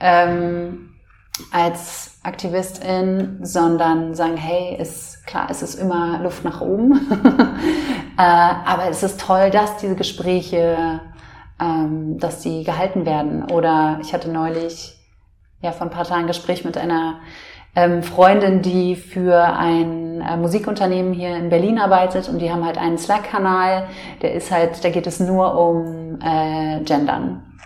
ähm, als Aktivistin, sondern sagen, hey, ist klar, es ist immer Luft nach oben. äh, aber es ist toll, dass diese Gespräche, ähm, dass die gehalten werden. Oder ich hatte neulich ja vor ein paar Tagen ein Gespräch mit einer ähm, Freundin, die für ein äh, Musikunternehmen hier in Berlin arbeitet und die haben halt einen Slack-Kanal, der ist halt, da geht es nur um äh, Gendern.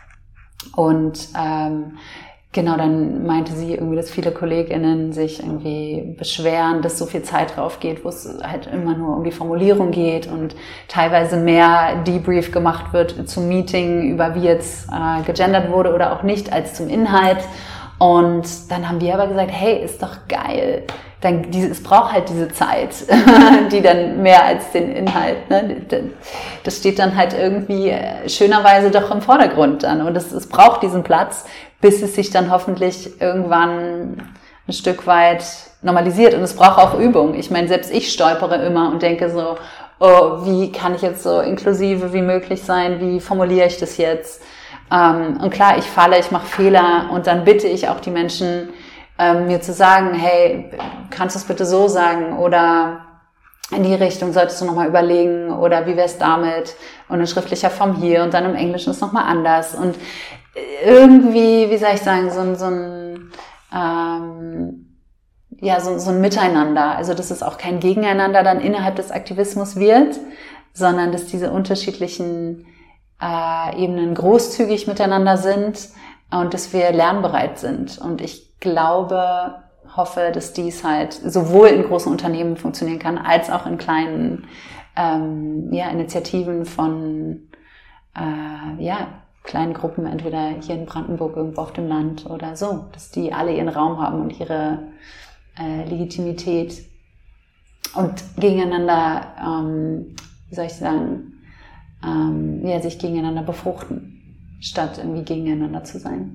Und ähm, genau, dann meinte sie irgendwie, dass viele KollegInnen sich irgendwie beschweren, dass so viel Zeit drauf geht, wo es halt immer nur um die Formulierung geht und teilweise mehr Debrief gemacht wird zum Meeting über wie jetzt äh, gegendert wurde oder auch nicht, als zum Inhalt. Und dann haben wir aber gesagt, hey, ist doch geil. Dann, diese, es braucht halt diese Zeit, die dann mehr als den Inhalt, ne? Das steht dann halt irgendwie schönerweise doch im Vordergrund dann. Und es, es braucht diesen Platz, bis es sich dann hoffentlich irgendwann ein Stück weit normalisiert. Und es braucht auch Übung. Ich meine, selbst ich stolpere immer und denke so, oh, wie kann ich jetzt so inklusive wie möglich sein? Wie formuliere ich das jetzt? Um, und klar, ich falle, ich mache Fehler und dann bitte ich auch die Menschen, ähm, mir zu sagen, hey, kannst du es bitte so sagen oder in die Richtung solltest du nochmal überlegen oder wie wär's damit und in schriftlicher Form hier und dann im Englischen ist nochmal anders und irgendwie, wie soll ich sagen, so ein, so ein ähm, ja, so, so ein Miteinander. Also, dass es auch kein Gegeneinander dann innerhalb des Aktivismus wird, sondern dass diese unterschiedlichen äh, Ebenen großzügig miteinander sind und dass wir lernbereit sind. Und ich glaube, hoffe, dass dies halt sowohl in großen Unternehmen funktionieren kann, als auch in kleinen ähm, ja, Initiativen von äh, ja, kleinen Gruppen, entweder hier in Brandenburg, irgendwo auf dem Land oder so, dass die alle ihren Raum haben und ihre äh, Legitimität und gegeneinander, ähm, wie soll ich sagen, ähm, ja, sich gegeneinander befruchten, statt irgendwie gegeneinander zu sein.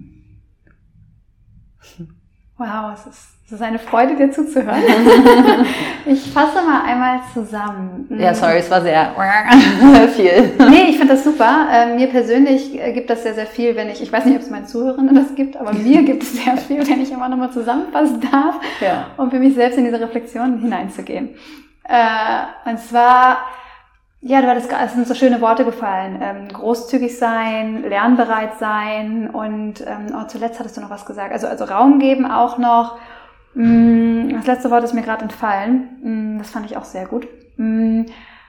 Wow, es ist, es ist eine Freude, dir zuzuhören. Ich fasse mal einmal zusammen. Ja, sorry, es war sehr viel. Nee, ich finde das super. Äh, mir persönlich gibt das sehr, sehr viel, wenn ich, ich weiß nicht, ob es meinen Zuhörern das gibt, aber mir gibt es sehr viel, wenn ich immer nochmal zusammenfassen darf, ja. um für mich selbst in diese Reflexion hineinzugehen. Äh, und zwar, ja, du hattest, es sind so schöne Worte gefallen. Ähm, großzügig sein, lernbereit sein und ähm, oh, zuletzt hattest du noch was gesagt. Also, also Raum geben auch noch. Mm, das letzte Wort ist mir gerade entfallen. Mm, das fand ich auch sehr gut. Mm,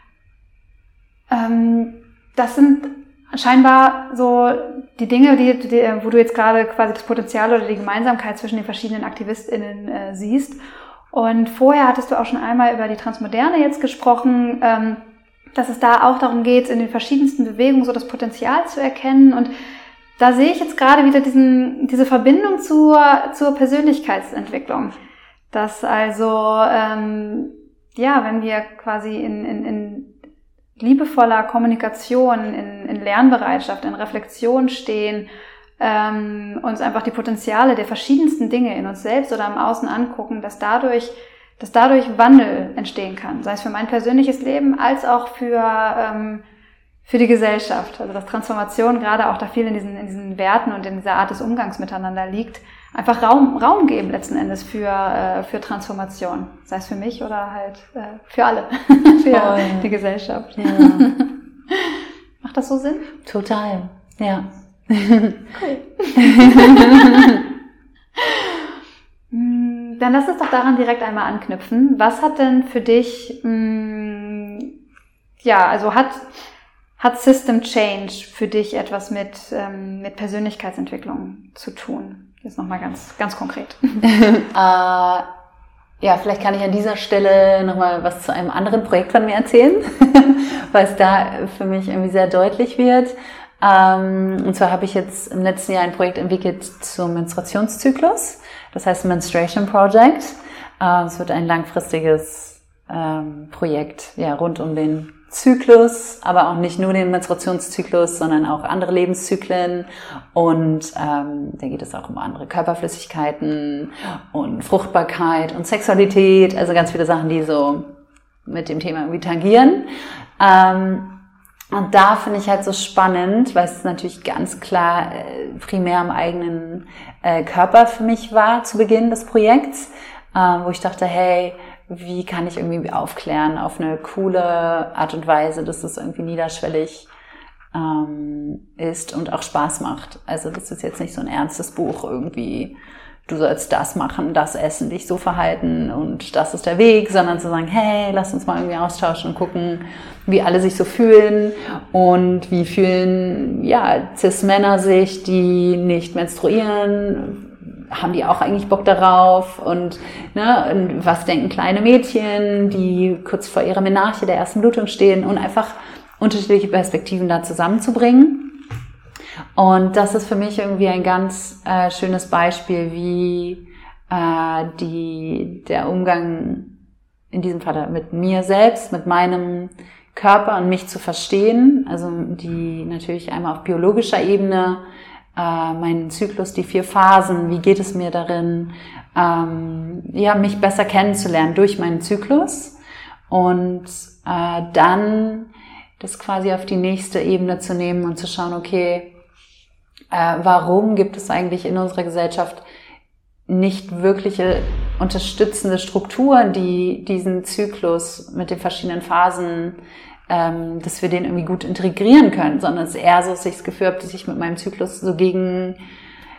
ähm, das sind scheinbar so die Dinge, die, die, wo du jetzt gerade quasi das Potenzial oder die Gemeinsamkeit zwischen den verschiedenen AktivistInnen äh, siehst. Und vorher hattest du auch schon einmal über die Transmoderne jetzt gesprochen, ähm, dass es da auch darum geht, in den verschiedensten Bewegungen so das Potenzial zu erkennen. Und da sehe ich jetzt gerade wieder diesen, diese Verbindung zur, zur Persönlichkeitsentwicklung. Dass also, ähm, ja, wenn wir quasi in, in, in liebevoller Kommunikation, in, in Lernbereitschaft, in Reflexion stehen, ähm, uns einfach die Potenziale der verschiedensten Dinge in uns selbst oder im Außen angucken, dass dadurch dass dadurch Wandel entstehen kann, sei es für mein persönliches Leben als auch für ähm, für die Gesellschaft. Also dass Transformation gerade auch da viel in diesen in diesen Werten und in dieser Art des Umgangs miteinander liegt. Einfach Raum Raum geben letzten Endes für äh, für Transformation, sei es für mich oder halt äh, für alle, für oh, ja. die Gesellschaft. Ja. Macht das so Sinn? Total, ja. Cool. Dann lass uns doch daran direkt einmal anknüpfen. Was hat denn für dich, mh, ja, also hat, hat System Change für dich etwas mit, ähm, mit Persönlichkeitsentwicklung zu tun? Jetzt nochmal ganz, ganz konkret. äh, ja, vielleicht kann ich an dieser Stelle nochmal was zu einem anderen Projekt von mir erzählen, weil es da für mich irgendwie sehr deutlich wird. Ähm, und zwar habe ich jetzt im letzten Jahr ein Projekt entwickelt zum Menstruationszyklus. Das heißt Menstruation Project. Äh, es wird ein langfristiges ähm, Projekt, ja, rund um den Zyklus, aber auch nicht nur den Menstruationszyklus, sondern auch andere Lebenszyklen. Und ähm, da geht es auch um andere Körperflüssigkeiten und Fruchtbarkeit und Sexualität. Also ganz viele Sachen, die so mit dem Thema irgendwie tangieren. Ähm, Und da finde ich halt so spannend, weil es natürlich ganz klar äh, primär am eigenen äh, Körper für mich war zu Beginn des Projekts, äh, wo ich dachte, hey, wie kann ich irgendwie aufklären auf eine coole Art und Weise, dass das irgendwie niederschwellig ähm, ist und auch Spaß macht. Also das ist jetzt nicht so ein ernstes Buch irgendwie, du sollst das machen, das essen, dich so verhalten und das ist der Weg, sondern zu sagen, hey, lass uns mal irgendwie austauschen und gucken, wie alle sich so fühlen und wie fühlen, ja, Cis-Männer sich, die nicht menstruieren, haben die auch eigentlich Bock darauf und, ne, und was denken kleine Mädchen, die kurz vor ihrer Menarche der ersten Blutung stehen und einfach unterschiedliche Perspektiven da zusammenzubringen. Und das ist für mich irgendwie ein ganz äh, schönes Beispiel, wie äh, die der Umgang in diesem Fall mit mir selbst, mit meinem Körper und mich zu verstehen. Also die natürlich einmal auf biologischer Ebene, äh, meinen Zyklus, die vier Phasen, wie geht es mir darin, ähm, ja, mich besser kennenzulernen durch meinen Zyklus und äh, dann das quasi auf die nächste Ebene zu nehmen und zu schauen, okay, Äh, warum gibt es eigentlich in unserer Gesellschaft nicht wirkliche unterstützende Strukturen, die diesen Zyklus mit den verschiedenen Phasen, ähm, dass wir den irgendwie gut integrieren können, sondern es ist eher so, dass ich das Gefühl habe, dass ich mit meinem Zyklus so gegen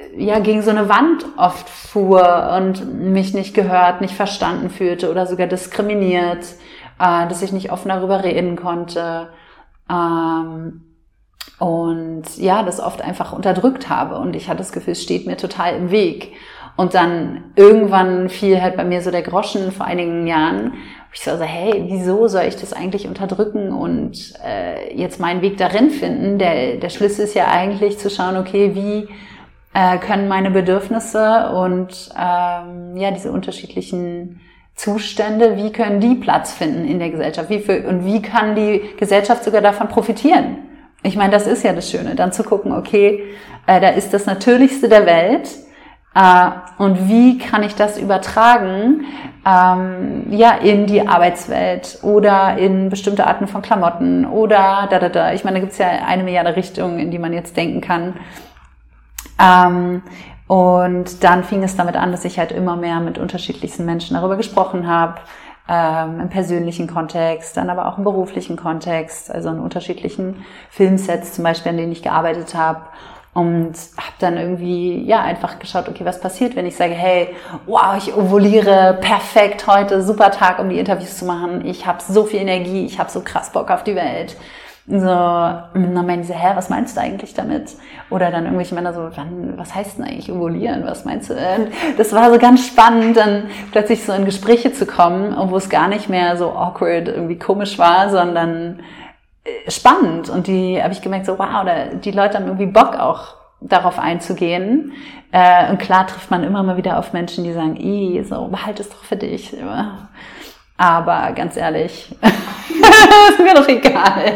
ja gegen so eine Wand oft fuhr und mich nicht gehört, nicht verstanden fühlte oder sogar diskriminiert, äh, dass ich nicht offen darüber reden konnte. Ähm, und ja, das oft einfach unterdrückt habe und ich hatte das Gefühl, es steht mir total im Weg. Und dann irgendwann fiel halt bei mir so der Groschen vor einigen Jahren, wo ich so, also, hey, wieso soll ich das eigentlich unterdrücken und äh, jetzt meinen Weg darin finden? Der, der Schlüssel ist ja eigentlich zu schauen, okay, wie äh, können meine Bedürfnisse und ähm, ja diese unterschiedlichen Zustände, wie können die Platz finden in der Gesellschaft? Wie für, und wie kann die Gesellschaft sogar davon profitieren? Ich meine, das ist ja das Schöne, dann zu gucken, okay, äh, da ist das Natürlichste der Welt äh, und wie kann ich das übertragen ähm, ja in die Arbeitswelt oder in bestimmte Arten von Klamotten oder da da da. Ich meine, da gibt's ja eine Milliarde Richtungen, in die man jetzt denken kann. Ähm, und dann fing es damit an, dass ich halt immer mehr mit unterschiedlichsten Menschen darüber gesprochen habe, ähm, im persönlichen Kontext, dann aber auch im beruflichen Kontext, also in unterschiedlichen Filmsets zum Beispiel, an denen ich gearbeitet habe. Und habe dann irgendwie ja einfach geschaut, okay, was passiert, wenn ich sage, hey, wow, ich ovuliere perfekt heute, super Tag, um die Interviews zu machen. Ich habe so viel Energie, ich habe so krass Bock auf die Welt. So, und dann meinen sie, hä, was meinst du eigentlich damit? Oder dann irgendwelche Männer so, wann, was heißt denn eigentlich ovulieren? Was meinst du? Und das war so ganz spannend, dann plötzlich so in Gespräche zu kommen, wo es gar nicht mehr so awkward, irgendwie komisch war, sondern spannend. Und die habe ich gemerkt, so wow, da, die Leute haben irgendwie Bock auch darauf einzugehen. Äh, und klar trifft man immer mal wieder auf Menschen, die sagen, ih, so, behalt es doch für dich. Aber ganz ehrlich, ist mir doch egal.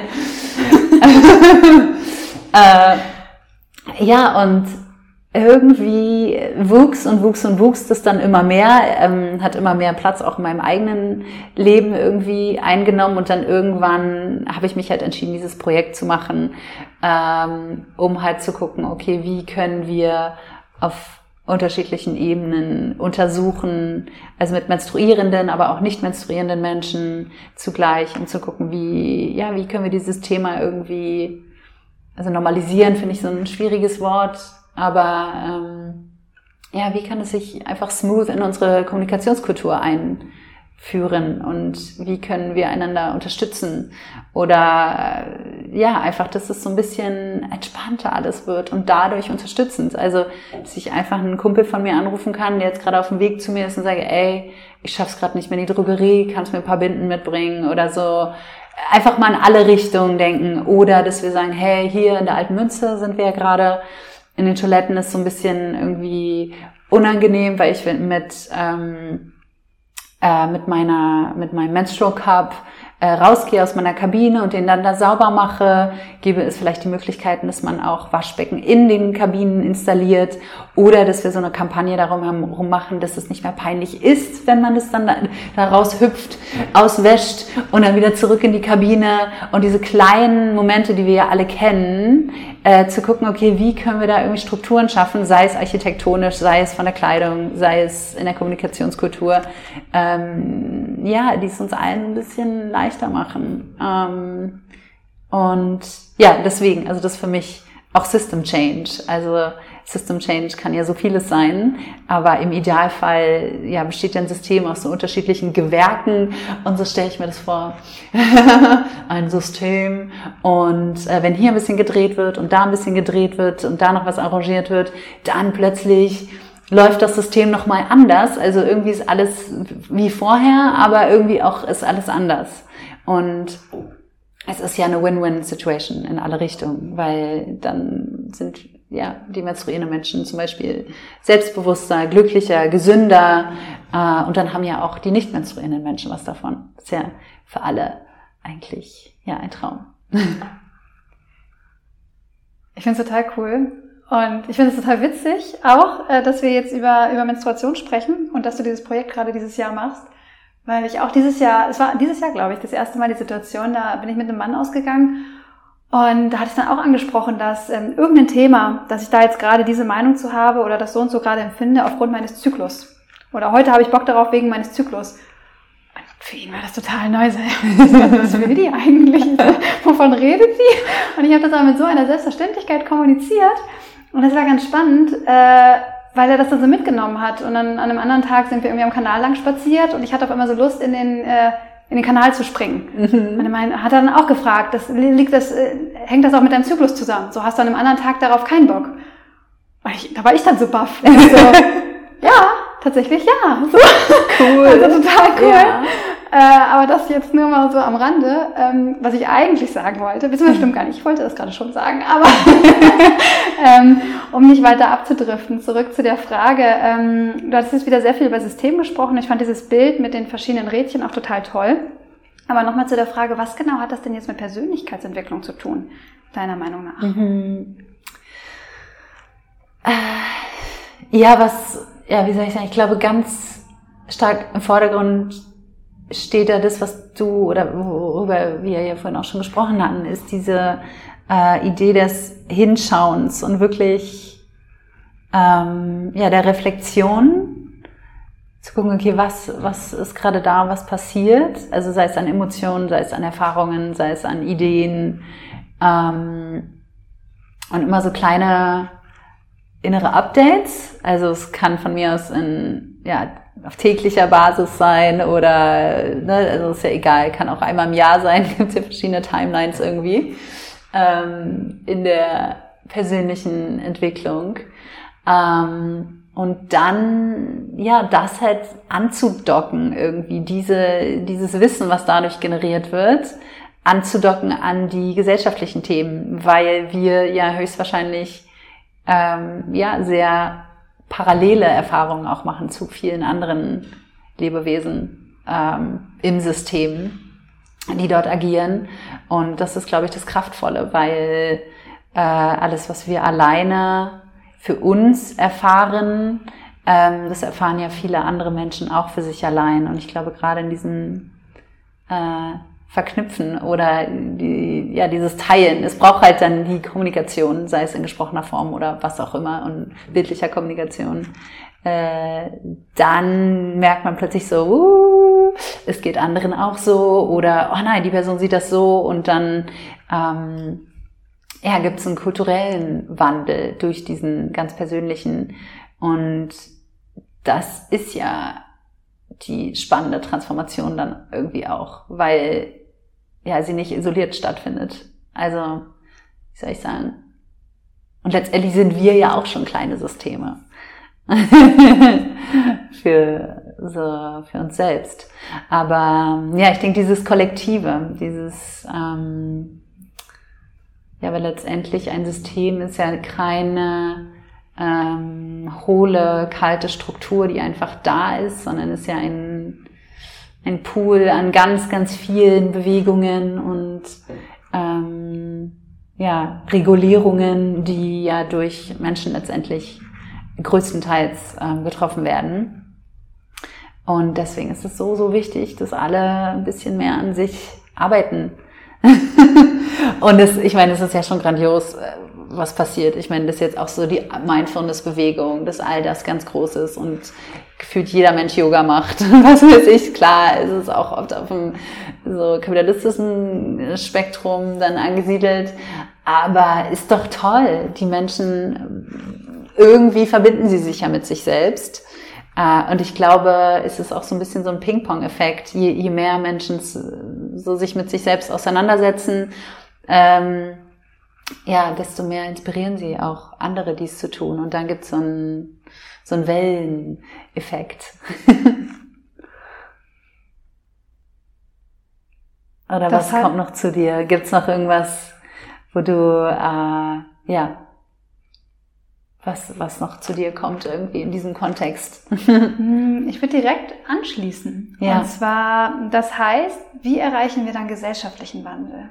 äh, ja, und irgendwie wuchs und wuchs und wuchs das dann immer mehr, ähm, hat immer mehr Platz auch in meinem eigenen Leben irgendwie eingenommen und dann irgendwann habe ich mich halt entschieden, dieses Projekt zu machen, ähm, um halt zu gucken, okay, wie können wir auf unterschiedlichen Ebenen untersuchen, also mit menstruierenden, aber auch nicht menstruierenden Menschen zugleich, um zu gucken, wie, ja, wie können wir dieses Thema irgendwie, also normalisieren finde ich so ein schwieriges Wort, aber ähm, ja, wie kann es sich einfach smooth in unsere Kommunikationskultur einführen und wie können wir einander unterstützen oder ja, einfach, dass es so ein bisschen entspannter alles wird und dadurch unterstützend. Also, dass ich einfach einen Kumpel von mir anrufen kann, der jetzt gerade auf dem Weg zu mir ist und sage, ey, ich schaff's gerade nicht mehr in die Drogerie, kannst mir ein paar Binden mitbringen oder so. Einfach mal in alle Richtungen denken oder dass wir sagen, hey, hier in der Alten Münze sind wir ja gerade, in den Toiletten ist so ein bisschen irgendwie unangenehm, weil ich mit ähm, äh, mit meiner mit meinem Menstrual Cup äh, rausgehe aus meiner Kabine und den dann da sauber mache. Gäbe es vielleicht die Möglichkeiten, dass man auch Waschbecken in den Kabinen installiert oder dass wir so eine Kampagne darum herum machen, dass es nicht mehr peinlich ist, wenn man das dann da, da raushüpft, auswäscht und dann wieder zurück in die Kabine und diese kleinen Momente, die wir ja alle kennen, äh, zu gucken, okay, wie können wir da irgendwie Strukturen schaffen, sei es architektonisch, sei es von der Kleidung, sei es in der Kommunikationskultur, ähm, ja, die es uns allen ein bisschen leichter machen. Ähm, und ja, deswegen, also das ist für mich auch System Change. Also System Change kann ja so vieles sein, aber im Idealfall ja besteht ja ein System aus so unterschiedlichen Gewerken und so stelle ich mir das vor. Ein System und äh, wenn hier ein bisschen gedreht wird und da ein bisschen gedreht wird und da noch was arrangiert wird, dann plötzlich läuft das System nochmal anders. Also irgendwie ist alles wie vorher, aber irgendwie auch ist alles anders. Und es ist ja eine Win-Win-Situation in alle Richtungen, weil dann sind ja die menstruierenden Menschen zum Beispiel selbstbewusster, glücklicher, gesünder äh, und dann haben ja auch die nicht menstruierenden Menschen was davon. Das ist ja für alle eigentlich ja ein Traum. Ich finde es total cool. Und ich finde es total witzig auch, dass wir jetzt über, über Menstruation sprechen und dass du dieses Projekt gerade dieses Jahr machst. Weil ich auch dieses Jahr, es war dieses Jahr, glaube ich, das erste Mal die Situation, da bin ich mit einem Mann ausgegangen und da hatte ich dann auch angesprochen, dass ähm, irgendein Thema, dass ich da jetzt gerade diese Meinung zu habe oder das so und so gerade empfinde aufgrund meines Zyklus. Oder heute habe ich Bock darauf wegen meines Zyklus. Und für ihn war das total neu. Was will die eigentlich? Wovon redet sie? Und ich habe das aber mit so einer Selbstverständlichkeit kommuniziert. Und das war ganz spannend, äh, weil er das dann so mitgenommen hat. Und dann an einem anderen Tag sind wir irgendwie am Kanal lang spaziert und ich hatte auf einmal so Lust, in den, äh, in den Kanal zu springen. Mhm. Und er mein, hat dann auch gefragt, das, liegt das, äh, hängt das auch mit deinem Zyklus zusammen? So, hast du an einem anderen Tag darauf keinen Bock? Und ich, da war ich dann so baff. So, ja, tatsächlich ja. So. Cool. Also total cool. Ja. Äh, aber das jetzt nur mal so am Rande, ähm, was ich eigentlich sagen wollte, beziehungsweise stimmt gar nicht, ich wollte das gerade schon sagen, aber ähm, um nicht weiter abzudriften, zurück zu der Frage, ähm, du hast jetzt wieder sehr viel über System gesprochen, ich fand dieses Bild mit den verschiedenen Rädchen auch total toll, aber nochmal zu der Frage, was genau hat das denn jetzt mit Persönlichkeitsentwicklung zu tun, deiner Meinung nach? Mhm. Äh, ja, was, ja, wie soll ich sagen, ich glaube ganz stark im Vordergrund steht da das, was du oder worüber wir ja vorhin auch schon gesprochen hatten, ist diese äh, Idee des Hinschauens und wirklich ähm, ja der Reflexion, zu gucken, okay, was was ist gerade da, was passiert, also sei es an Emotionen, sei es an Erfahrungen, sei es an Ideen ähm, und immer so kleine innere Updates, also es kann von mir aus in ja auf täglicher Basis sein oder, ne, also ist ja egal, kann auch einmal im Jahr sein, gibt es ja verschiedene Timelines irgendwie ähm, in der persönlichen Entwicklung. Ähm, und dann, ja, das halt anzudocken irgendwie, diese, dieses Wissen, was dadurch generiert wird, anzudocken an die gesellschaftlichen Themen, weil wir ja höchstwahrscheinlich ähm, ja sehr parallele Erfahrungen auch machen zu vielen anderen Lebewesen ähm, im System, die dort agieren. Und das ist, glaube ich, das Kraftvolle, weil äh, alles, was wir alleine für uns erfahren, ähm, das erfahren ja viele andere Menschen auch für sich allein. Und ich glaube, gerade in diesem äh, Verknüpfen oder die, ja, dieses Teilen. Es braucht halt dann die Kommunikation, sei es in gesprochener Form oder was auch immer und bildlicher Kommunikation. Äh, dann merkt man plötzlich so, uh, es geht anderen auch so oder oh nein, die Person sieht das so und dann ähm, ja, gibt es einen kulturellen Wandel durch diesen ganz persönlichen und das ist ja die spannende Transformation dann irgendwie auch, weil ja sie nicht isoliert stattfindet. Also, wie soll ich sagen? Und letztendlich sind wir ja auch schon kleine Systeme für so für uns selbst. Aber ja, ich denke, dieses Kollektive, dieses ähm, ja, weil letztendlich ein System ist ja keine ähm, hohle, kalte Struktur, die einfach da ist, sondern ist ja ein, ein Pool an ganz, ganz vielen Bewegungen und ähm, ja, Regulierungen, die ja durch Menschen letztendlich größtenteils ähm, getroffen werden. Und deswegen ist es so, so wichtig, dass alle ein bisschen mehr an sich arbeiten. Und das, ich meine, es ist ja schon grandios, was passiert. Ich meine, das ist jetzt auch so die Mindfulness-Bewegung, dass all das ganz groß ist und gefühlt jeder Mensch Yoga macht. Was weiß ich, klar, es ist auch oft auf dem so kapitalistischen Spektrum dann angesiedelt. Aber ist doch toll. Die Menschen, irgendwie verbinden sie sich ja mit sich selbst. Und ich glaube, es ist auch so ein bisschen so ein Ping-Pong-Effekt. Je, je mehr Menschen so sich mit sich selbst auseinandersetzen, ähm, ja, desto mehr inspirieren sie auch andere, dies zu tun. Und dann gibt es so einen so einen Welleneffekt. Oder das was hat, kommt noch zu dir? Gibt's noch irgendwas, wo du, äh, ja, was, was noch zu dir kommt irgendwie in diesem Kontext? Ich würde direkt anschließen. Ja. Und zwar, das heißt, wie erreichen wir dann gesellschaftlichen Wandel?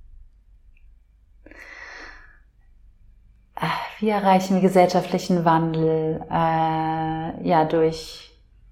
Wie erreichen wir gesellschaftlichen Wandel? Äh, ja, durch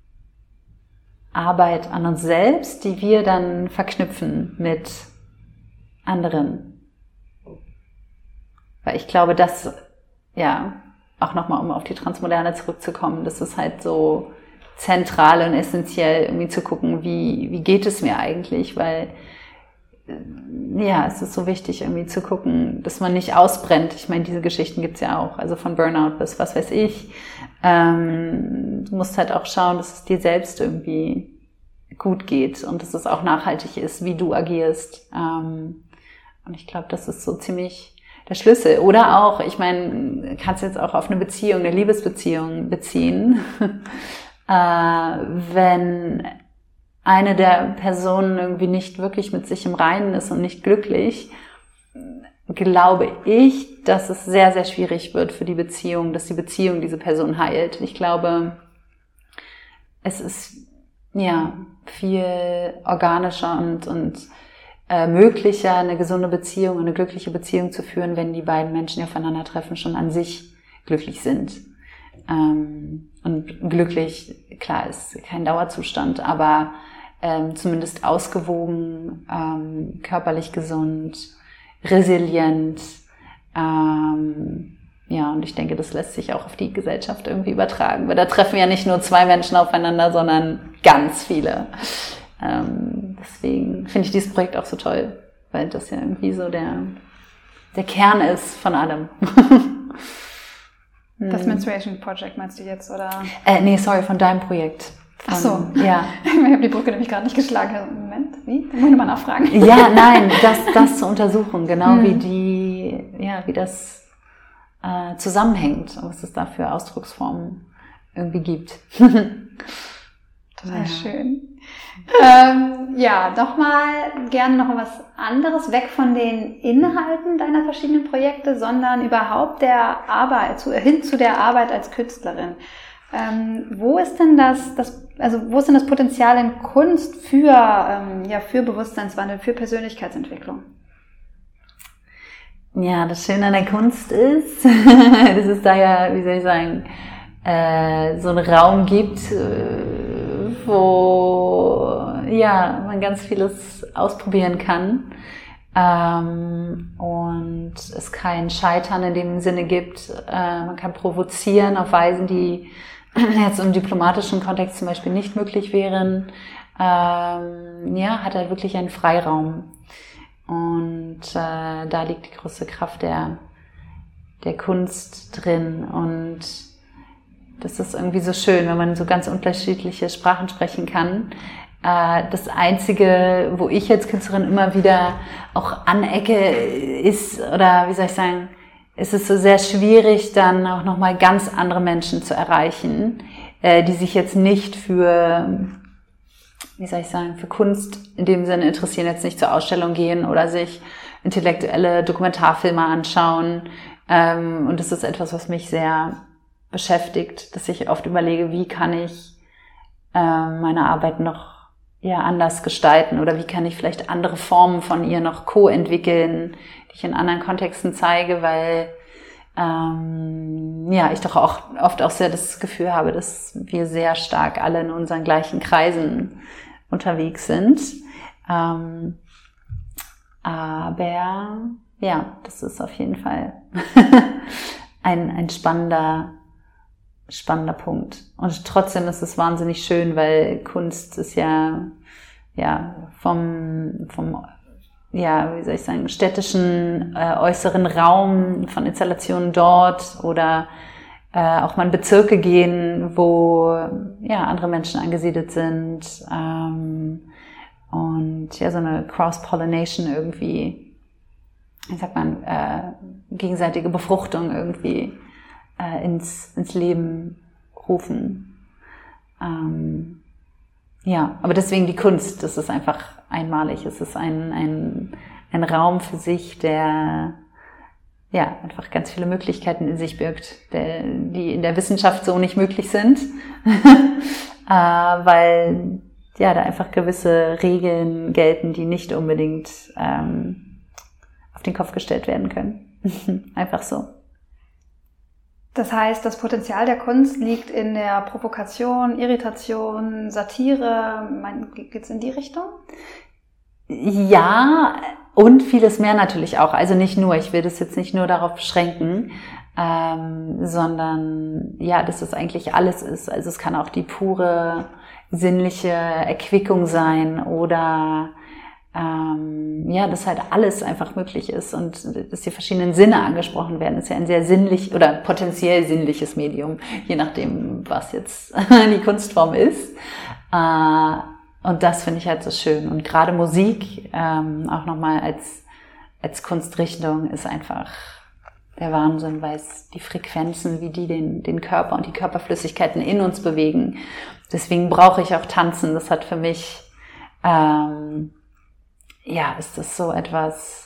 Arbeit an uns selbst, die wir dann verknüpfen mit anderen. Weil ich glaube, dass, ja, auch nochmal, um auf die Transmoderne zurückzukommen, das ist halt so zentral und essentiell, irgendwie zu gucken, wie, wie geht es mir eigentlich? Weil ja, es ist so wichtig, irgendwie zu gucken, dass man nicht ausbrennt. Ich meine, diese Geschichten gibt's ja auch, also von Burnout bis was weiß ich. Ähm, du musst halt auch schauen, dass es dir selbst irgendwie gut geht und dass es auch nachhaltig ist, wie du agierst. Ähm, und ich glaube, das ist so ziemlich der Schlüssel. Oder auch, ich meine, kannst jetzt auch auf eine Beziehung, eine Liebesbeziehung beziehen. äh, wenn eine der Personen irgendwie nicht wirklich mit sich im Reinen ist und nicht glücklich, glaube ich, dass es sehr, sehr schwierig wird für die Beziehung, dass die Beziehung diese Person heilt. Ich glaube, es ist ja viel organischer und, und äh, möglicher, eine gesunde Beziehung, eine glückliche Beziehung zu führen, wenn die beiden Menschen, die aufeinandertreffen, schon an sich glücklich sind. Ähm, und glücklich, klar, ist kein Dauerzustand, aber ähm, zumindest ausgewogen, ähm, körperlich gesund, resilient. Ähm, ja, und ich denke, das lässt sich auch auf die Gesellschaft irgendwie übertragen, weil da treffen ja nicht nur zwei Menschen aufeinander, sondern ganz viele. Ähm, deswegen finde ich dieses Projekt auch so toll, weil das ja irgendwie so der, der Kern ist von allem. Das Menstruation Project meinst du jetzt, oder? Äh, nee, sorry, von deinem Projekt. Von, Ach so. Ja. Ich habe die Brücke nämlich gerade nicht geschlagen. Moment, wie? Da muss ich nochmal nachfragen. Ja, nein, das, das zu untersuchen, genau hm. wie die, ja, wie das äh, zusammenhängt und was es da für Ausdrucksformen irgendwie gibt. Total ja. schön. Ähm, ja, nochmal gerne noch was anderes, weg von den Inhalten deiner verschiedenen Projekte, sondern überhaupt der Arbeit, zu, hin zu der Arbeit als Künstlerin. Ähm, wo ist denn das, das, also wo ist denn das Potenzial in Kunst für, ähm, ja, für Bewusstseinswandel, für Persönlichkeitsentwicklung? Ja, das Schöne an der Kunst ist, dass es da ja, wie soll ich sagen, äh, so einen Raum gibt, äh, wo ja man ganz vieles ausprobieren kann ähm, und es kein Scheitern in dem Sinne gibt. Äh, man kann provozieren auf Weisen, die jetzt im diplomatischen Kontext zum Beispiel nicht möglich wären. Ähm, ja, hat er wirklich einen Freiraum. Und äh, da liegt die große Kraft der, der Kunst drin. Und das ist irgendwie so schön, wenn man so ganz unterschiedliche Sprachen sprechen kann. Äh, das Einzige, wo ich als Künstlerin immer wieder auch anecke, ist, oder wie soll ich sagen, es ist so sehr schwierig, dann auch nochmal ganz andere Menschen zu erreichen, äh, die sich jetzt nicht für, wie soll ich sagen, für Kunst in dem Sinne interessieren, jetzt nicht zur Ausstellung gehen oder sich intellektuelle Dokumentarfilme anschauen. Ähm, und das ist etwas, was mich sehr beschäftigt, dass ich oft überlege, wie kann ich äh, meine Arbeit noch ja anders gestalten oder wie kann ich vielleicht andere Formen von ihr noch co-entwickeln, die ich in anderen Kontexten zeige, weil ähm, ja ich doch auch oft auch sehr das Gefühl habe, dass wir sehr stark alle in unseren gleichen Kreisen unterwegs sind. Ähm, aber ja, das ist auf jeden Fall ein, ein spannender spannender Punkt. Und trotzdem ist es wahnsinnig schön, weil Kunst ist ja, ja, vom, vom, ja, wie soll ich sagen, städtischen, äh, äußeren Raum, von Installationen dort oder, äh, auch mal in Bezirke gehen, wo, ja, andere Menschen angesiedelt sind, ähm, und, ja, so eine Cross-Pollination irgendwie, wie sagt man, äh, gegenseitige Befruchtung irgendwie, ins, ins Leben rufen. Ähm, ja, aber deswegen die Kunst, das ist einfach einmalig. Es ist ein, ein, ein Raum für sich, der ja einfach ganz viele Möglichkeiten in sich birgt, der, die in der Wissenschaft so nicht möglich sind, äh, weil ja da einfach gewisse Regeln gelten, die nicht unbedingt ähm, auf den Kopf gestellt werden können. Einfach so. Das heißt, das Potenzial der Kunst liegt in der Provokation, Irritation, Satire. Geht's in die Richtung? Ja, und vieles mehr natürlich auch. Also nicht nur, ich will das jetzt nicht nur darauf beschränken, ähm, sondern ja, dass es eigentlich alles ist. Also es kann auch die pure sinnliche Erquickung sein oder ähm, ja, dass halt alles einfach möglich ist und dass die verschiedenen Sinne angesprochen werden. Das ist ja ein sehr sinnlich oder potenziell sinnliches Medium, je nachdem, was jetzt die Kunstform ist. Äh, und das finde ich halt so schön. Und gerade Musik, ähm, auch nochmal als, als Kunstrichtung, ist einfach der Wahnsinn, weil es die Frequenzen, wie die den, den Körper und die Körperflüssigkeiten in uns bewegen. Deswegen brauche ich auch Tanzen. Das hat für mich, ähm, ja, ist das so etwas,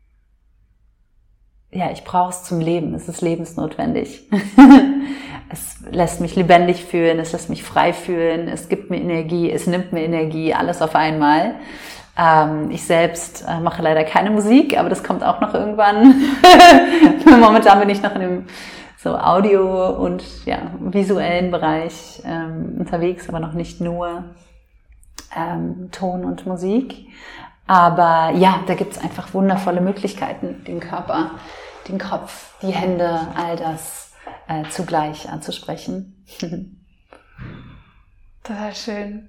ja, ich brauche es zum Leben. Es ist lebensnotwendig. Es lässt mich lebendig fühlen, es lässt mich frei fühlen, es gibt mir Energie, es nimmt mir Energie, alles auf einmal. Ähm, ich selbst äh, mache leider keine Musik, aber das kommt auch noch irgendwann. Momentan bin ich noch in dem so Audio- und ja, visuellen Bereich ähm, unterwegs, aber noch nicht nur ähm, Ton und Musik. Aber ja, da gibt's einfach wundervolle Möglichkeiten, den Körper, den Kopf, die Hände, all das äh, zugleich anzusprechen. Total schön.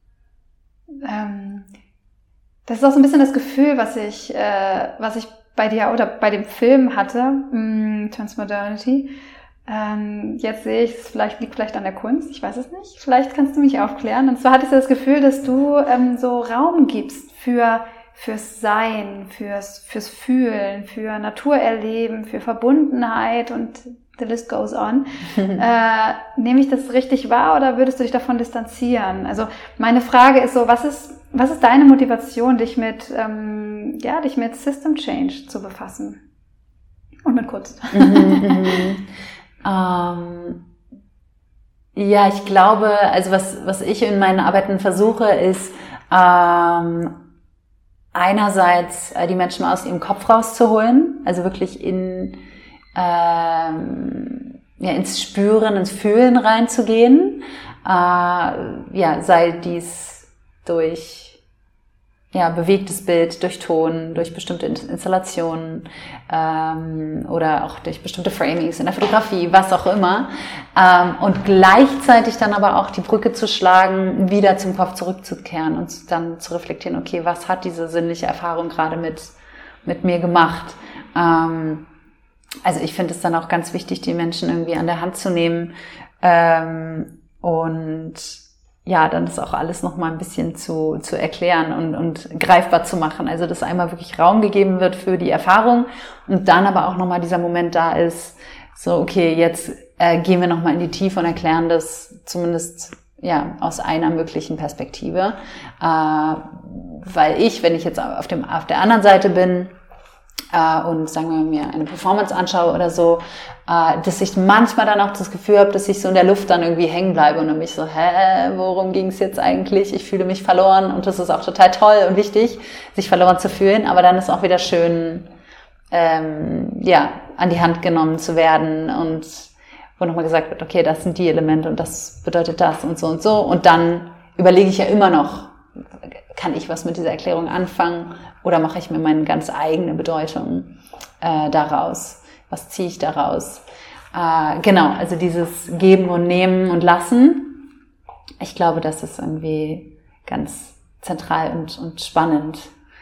Ähm, das ist auch so ein bisschen das Gefühl, was ich, äh, was ich bei dir oder bei dem Film hatte, mh, Transmodernity. Ähm, jetzt sehe ich, es vielleicht, liegt vielleicht an der Kunst, ich weiß es nicht. Vielleicht kannst du mich aufklären. Und zwar hattest du das Gefühl, dass du ähm, so Raum gibst für fürs Sein, fürs fürs Fühlen, für Naturerleben, für Verbundenheit und the list goes on. äh, nehme ich das richtig wahr oder würdest du dich davon distanzieren? Also meine Frage ist so, was ist was ist deine Motivation, dich mit ähm, ja dich mit System Change zu befassen und mit Kunst? Mhm, ähm, ja, ich glaube, also was was ich in meinen Arbeiten versuche, ist ähm, einerseits die Menschen aus ihrem Kopf rauszuholen, also wirklich in ähm, ja, ins Spüren, ins Fühlen reinzugehen, äh, ja, sei dies durch ja, bewegtes Bild, durch Ton, durch bestimmte Installationen ähm, oder auch durch bestimmte Framings in der Fotografie, was auch immer. Ähm, und gleichzeitig dann aber auch die Brücke zu schlagen, wieder zum Kopf zurückzukehren und dann zu reflektieren, okay, was hat diese sinnliche Erfahrung gerade mit, mit mir gemacht? Ähm, also ich finde es dann auch ganz wichtig, die Menschen irgendwie an der Hand zu nehmen ähm, und ja, dann das auch alles noch mal ein bisschen zu zu erklären und und greifbar zu machen. Also, dass einmal wirklich Raum gegeben wird für die Erfahrung und dann aber auch noch mal dieser Moment da ist, so, okay, jetzt äh, gehen wir noch mal in die Tiefe und erklären das zumindest ja aus einer möglichen Perspektive. Äh, weil ich, wenn ich jetzt auf dem auf der anderen Seite bin, Uh, und sagen wir mir eine Performance anschaue oder so, uh, dass ich manchmal dann auch das Gefühl habe, dass ich so in der Luft dann irgendwie hängen bleibe und dann bin ich so, hä, worum ging es jetzt eigentlich? Ich fühle mich verloren und das ist auch total toll und wichtig, sich verloren zu fühlen, aber dann ist auch wieder schön, ähm, ja, an die Hand genommen zu werden und wo nochmal gesagt wird, okay, das sind die Elemente und das bedeutet das und so und so und dann überlege ich ja immer noch, kann ich was mit dieser Erklärung anfangen oder mache ich mir meine ganz eigene Bedeutung äh, daraus? Was ziehe ich daraus? Äh, genau, also dieses Geben und Nehmen und Lassen. Ich glaube, das ist irgendwie ganz zentral und, und spannend.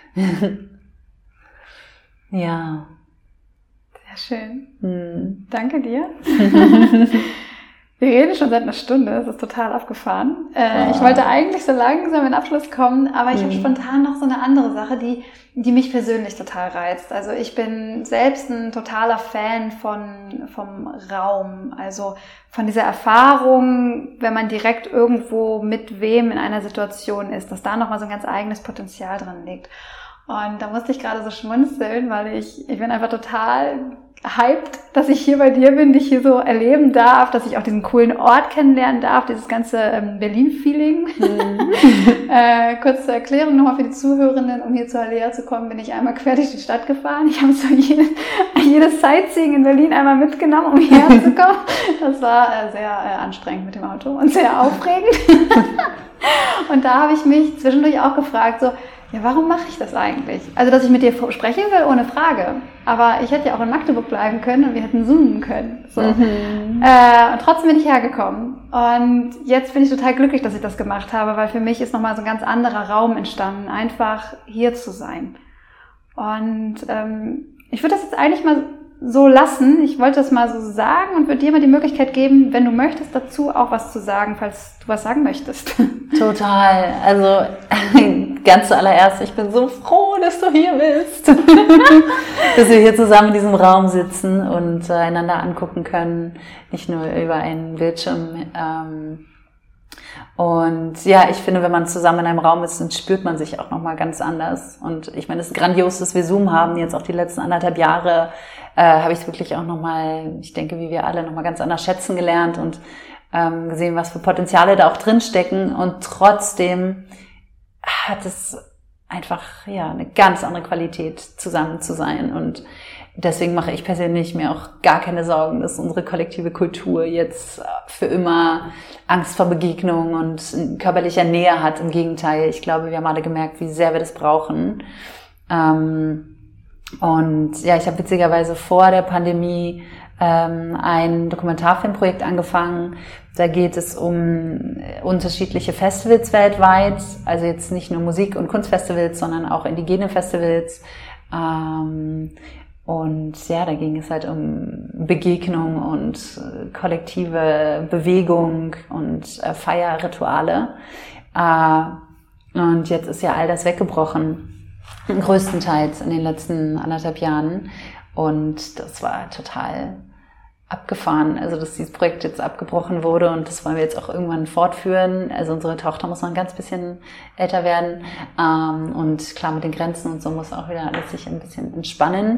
Ja. Sehr schön. Hm. Danke dir. Wir reden schon seit einer Stunde, das ist total abgefahren. Äh, ich wollte eigentlich so langsam in den Abschluss kommen, aber ich mhm. habe spontan noch so eine andere Sache, die die mich persönlich total reizt. Also ich bin selbst ein totaler Fan von vom Raum, also von dieser Erfahrung, wenn man direkt irgendwo mit wem in einer Situation ist, dass da nochmal so ein ganz eigenes Potenzial drin liegt. Und da musste ich gerade so schmunzeln, weil ich ich bin einfach total hyped, dass ich hier bei dir bin, dich hier so erleben darf, dass ich auch diesen coolen Ort kennenlernen darf, dieses ganze ähm, Berlin-Feeling. Mhm. äh, kurz zur Erklärung nochmal für die Zuhörenden, um hier zur Alea zu kommen, bin ich einmal quer durch die Stadt gefahren. Ich habe so jedes, jedes Sightseeing in Berlin einmal mitgenommen, um hierher zu kommen. Das war äh, sehr äh, anstrengend mit dem Auto und sehr aufregend. Und da habe ich mich zwischendurch auch gefragt, so, ja, warum mache ich das eigentlich? Also, dass ich mit dir sprechen will, ohne Frage. Aber ich hätte ja auch in Magdeburg bleiben können und wir hätten zoomen können. So. Mhm. Äh, und trotzdem bin ich hergekommen. Und jetzt bin ich total glücklich, dass ich das gemacht habe, weil für mich ist nochmal so ein ganz anderer Raum entstanden, einfach hier zu sein. Und ähm, ich würde das jetzt eigentlich mal so lassen. Ich wollte das mal so sagen und würde dir mal die Möglichkeit geben, wenn du möchtest, dazu auch was zu sagen, falls du was sagen möchtest. Total. Also ganz zuallererst, ich bin so froh, dass du hier bist. Dass wir hier zusammen in diesem Raum sitzen und äh, einander angucken können, nicht nur über einen Bildschirm. Ähm, und ja, ich finde, wenn man zusammen in einem Raum ist, dann spürt man sich auch nochmal ganz anders. Und ich meine, es ist grandios, dass wir Zoom haben, jetzt auch die letzten anderthalb Jahre. Äh, habe ich es wirklich auch nochmal, ich denke, wie wir alle, nochmal ganz anders schätzen gelernt und ähm, gesehen, was für Potenziale da auch drinstecken. Und trotzdem hat es einfach ja eine ganz andere Qualität, zusammen zu sein. Und deswegen mache ich persönlich mir auch gar keine Sorgen, dass unsere kollektive Kultur jetzt für immer Angst vor Begegnung und körperlicher Nähe hat. Im Gegenteil, ich glaube, wir haben alle gemerkt, wie sehr wir das brauchen. Ähm, Und ja, ich habe witzigerweise vor der Pandemie ähm, ein Dokumentarfilmprojekt angefangen. Da geht es um unterschiedliche Festivals weltweit, also jetzt nicht nur Musik- und Kunstfestivals, sondern auch indigene Festivals. Ähm, und ja, da ging es halt um Begegnung und äh, kollektive Bewegung und äh, Feierrituale. Äh, und jetzt ist ja all das weggebrochen. Größtenteils in den letzten anderthalb Jahren. Und das war total abgefahren. Also, dass dieses Projekt jetzt abgebrochen wurde und das wollen wir jetzt auch irgendwann fortführen. Also, unsere Tochter muss noch ein ganz bisschen älter werden. Und klar, mit den Grenzen und so muss auch wieder alles sich ein bisschen entspannen.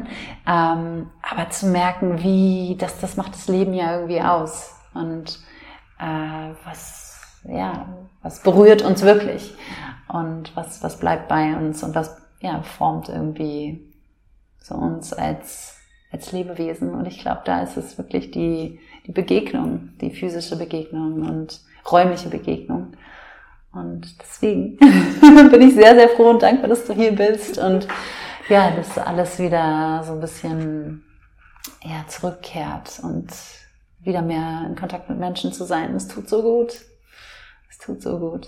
Aber zu merken, wie, das, das macht das Leben ja irgendwie aus. Und äh, was, ja, was berührt uns wirklich? Und was, was bleibt bei uns und was ja, formt irgendwie so uns als, als Lebewesen. Und ich glaube, da ist es wirklich die, die Begegnung, die physische Begegnung und räumliche Begegnung. Und deswegen bin ich sehr, sehr froh und dankbar, dass du hier bist und ja, dass alles wieder so ein bisschen ja, zurückkehrt und wieder mehr in Kontakt mit Menschen zu sein. Es tut so gut. Es tut so gut.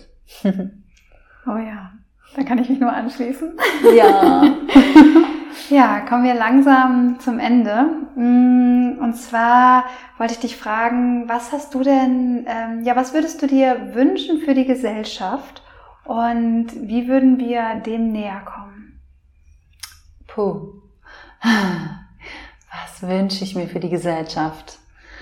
Oh ja. Da kann ich mich nur anschließen. Ja. Ja, kommen wir langsam zum Ende. Und zwar wollte ich dich fragen, was hast du denn, ähm, ja, was würdest du dir wünschen für die Gesellschaft und wie würden wir dem näher kommen? Puh. Was wünsche ich mir für die Gesellschaft?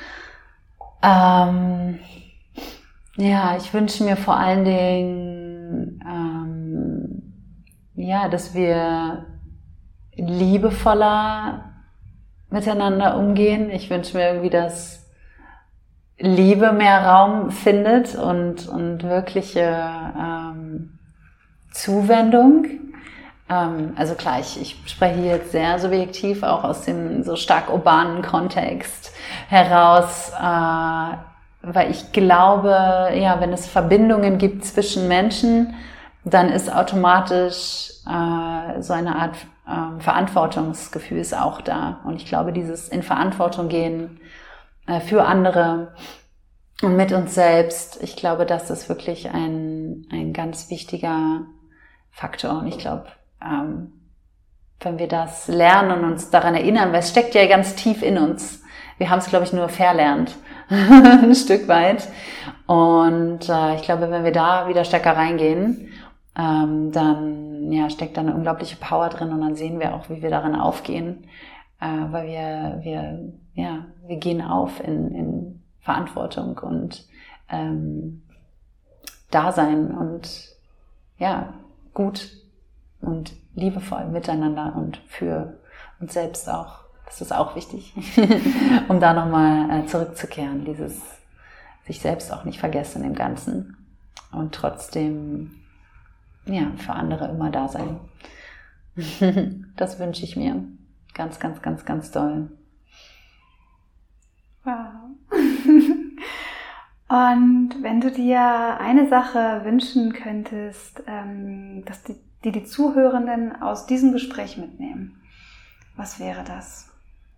Ähm, ja, ich wünsche mir vor allen Dingen, ähm, ja, dass wir liebevoller miteinander umgehen. Ich wünsche mir irgendwie, dass Liebe mehr Raum findet und, und wirkliche ähm, Zuwendung. Ähm, also klar, ich, ich spreche jetzt sehr subjektiv, auch aus dem so stark urbanen Kontext heraus, äh, weil ich glaube, ja, wenn es Verbindungen gibt zwischen Menschen, dann ist automatisch äh, so eine Art äh, Verantwortungsgefühl ist auch da. Und ich glaube, dieses in Verantwortung gehen äh, für andere und mit uns selbst, ich glaube, das ist wirklich ein, ein ganz wichtiger Faktor. Und ich glaube, ähm, wenn wir das lernen und uns daran erinnern, weil es steckt ja ganz tief in uns. Wir haben es, glaube ich, nur verlernt, ein Stück weit. Und äh, ich glaube, wenn wir da wieder stärker reingehen, ähm, dann ja, steckt da eine unglaubliche Power drin und dann sehen wir auch, wie wir darin aufgehen, äh, weil wir wir ja wir gehen auf in, in Verantwortung und ähm, Dasein und ja gut und liebevoll miteinander und für uns selbst auch. Das ist auch wichtig, um da nochmal äh, zurückzukehren, dieses sich selbst auch nicht vergessen im Ganzen und trotzdem ja, für andere immer da sein. Das wünsche ich mir. Ganz, ganz, ganz, ganz doll. Wow. Und wenn du dir eine Sache wünschen könntest, ähm, dass die die die Zuhörenden aus diesem Gespräch mitnehmen? Was wäre das?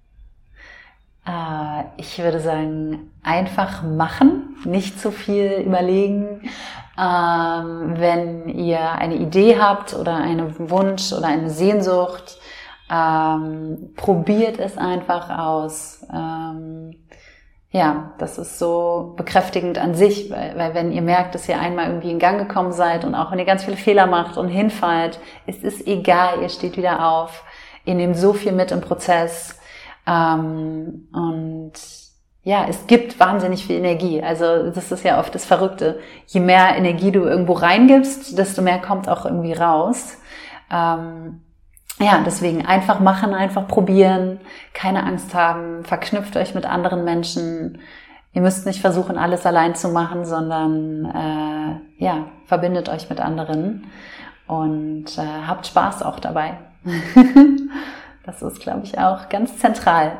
Äh, ich würde sagen, einfach machen, nicht zu viel überlegen. Ähm, wenn ihr eine Idee habt oder einen Wunsch oder eine Sehnsucht, ähm, probiert es einfach aus. Ähm, ja, das ist so bekräftigend an sich, weil, weil wenn ihr merkt, dass ihr einmal irgendwie in Gang gekommen seid und auch wenn ihr ganz viele Fehler macht und hinfallt, es ist egal, ihr steht wieder auf, ihr nehmt so viel mit im Prozess, ähm, und ja, es gibt wahnsinnig viel Energie. Also das ist ja oft das Verrückte. Je mehr Energie du irgendwo reingibst, desto mehr kommt auch irgendwie raus. Ähm, ja, deswegen einfach machen, einfach probieren, keine Angst haben, verknüpft euch mit anderen Menschen. Ihr müsst nicht versuchen, alles allein zu machen, sondern äh, ja, verbindet euch mit anderen und äh, habt Spaß auch dabei. Das ist, glaube ich, auch ganz zentral.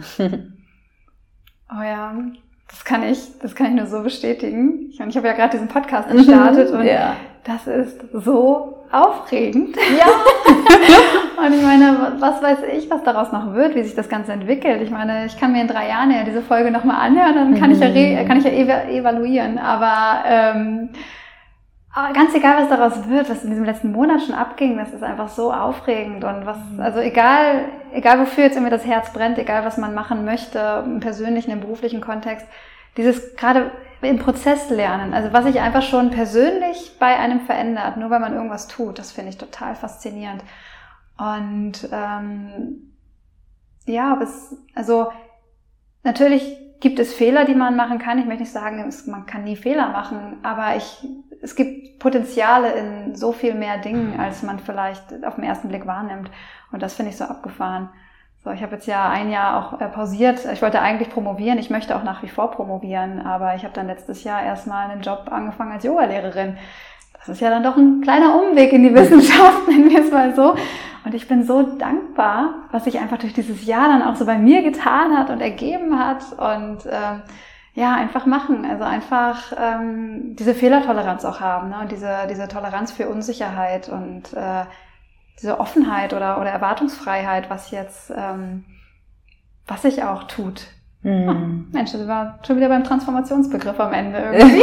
Oh ja, das kann ich, das kann ich nur so bestätigen. Ich meine, ich habe ja gerade diesen Podcast gestartet und ja. Das ist so aufregend. Ja. Und ich meine, was weiß ich, was daraus noch wird, wie sich das Ganze entwickelt. Ich meine, ich kann mir in drei Jahren ja diese Folge nochmal anhören, dann kann mhm. ich ja, re- kann ich ja ev- evaluieren. Aber ähm, ganz egal, was daraus wird, was in diesem letzten Monat schon abging, das ist einfach so aufregend und was, also egal, egal wofür jetzt irgendwie das Herz brennt, egal was man machen möchte, im persönlichen, im beruflichen Kontext, dieses gerade im Prozess lernen, also was sich einfach schon persönlich bei einem verändert, nur weil man irgendwas tut, das finde ich total faszinierend. Und ähm, ja, aber es, also natürlich gibt es Fehler, die man machen kann. Ich möchte nicht sagen, es, man kann nie Fehler machen, aber ich, es gibt Potenziale in so viel mehr Dingen, als man vielleicht auf den ersten Blick wahrnimmt. Und das finde ich so abgefahren. So, ich habe jetzt ja ein Jahr auch äh, pausiert. Ich wollte eigentlich promovieren. Ich möchte auch nach wie vor promovieren, aber ich habe dann letztes Jahr erstmal einen Job angefangen als Yogalehrerin. Das ist ja dann doch ein kleiner Umweg in die Wissenschaft, nennen wir es mal so. Und ich bin so dankbar, was sich einfach durch dieses Jahr dann auch so bei mir getan hat und ergeben hat. Und ähm, ja, einfach machen. Also einfach ähm, diese Fehlertoleranz auch haben, ne? Und diese, diese Toleranz für Unsicherheit und äh, diese Offenheit oder, oder Erwartungsfreiheit, was jetzt, ähm, was sich auch tut. Mm. Oh, Mensch, das war schon wieder beim Transformationsbegriff am Ende irgendwie.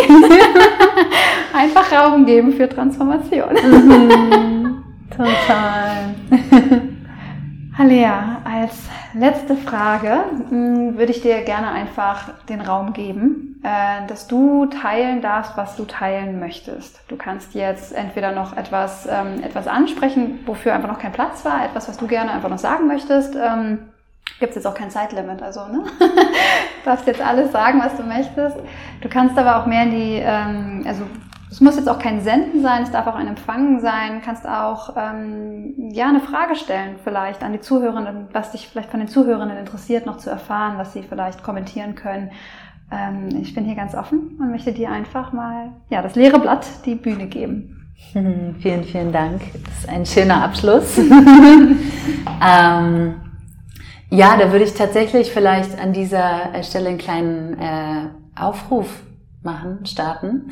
Einfach Raum geben für Transformation. Mhm. Total. Halea, als letzte Frage mh, würde ich dir gerne einfach den Raum geben, äh, dass du teilen darfst, was du teilen möchtest. Du kannst jetzt entweder noch etwas, ähm, etwas ansprechen, wofür einfach noch kein Platz war, etwas, was du gerne einfach noch sagen möchtest. Ähm, Gibt es jetzt auch kein Zeitlimit, also ne? Du darfst jetzt alles sagen, was du möchtest. Du kannst aber auch mehr in die, ähm, also es muss jetzt auch kein Senden sein, es darf auch ein Empfangen sein. Du kannst auch ähm, ja eine Frage stellen vielleicht an die Zuhörenden, was dich vielleicht von den Zuhörenden interessiert, noch zu erfahren, was sie vielleicht kommentieren können. Ähm, ich bin hier ganz offen und möchte dir einfach mal ja das leere Blatt die Bühne geben. Hm, vielen, vielen Dank. Das ist ein schöner Abschluss. ähm, ja, da würde ich tatsächlich vielleicht an dieser Stelle einen kleinen äh, Aufruf machen, starten.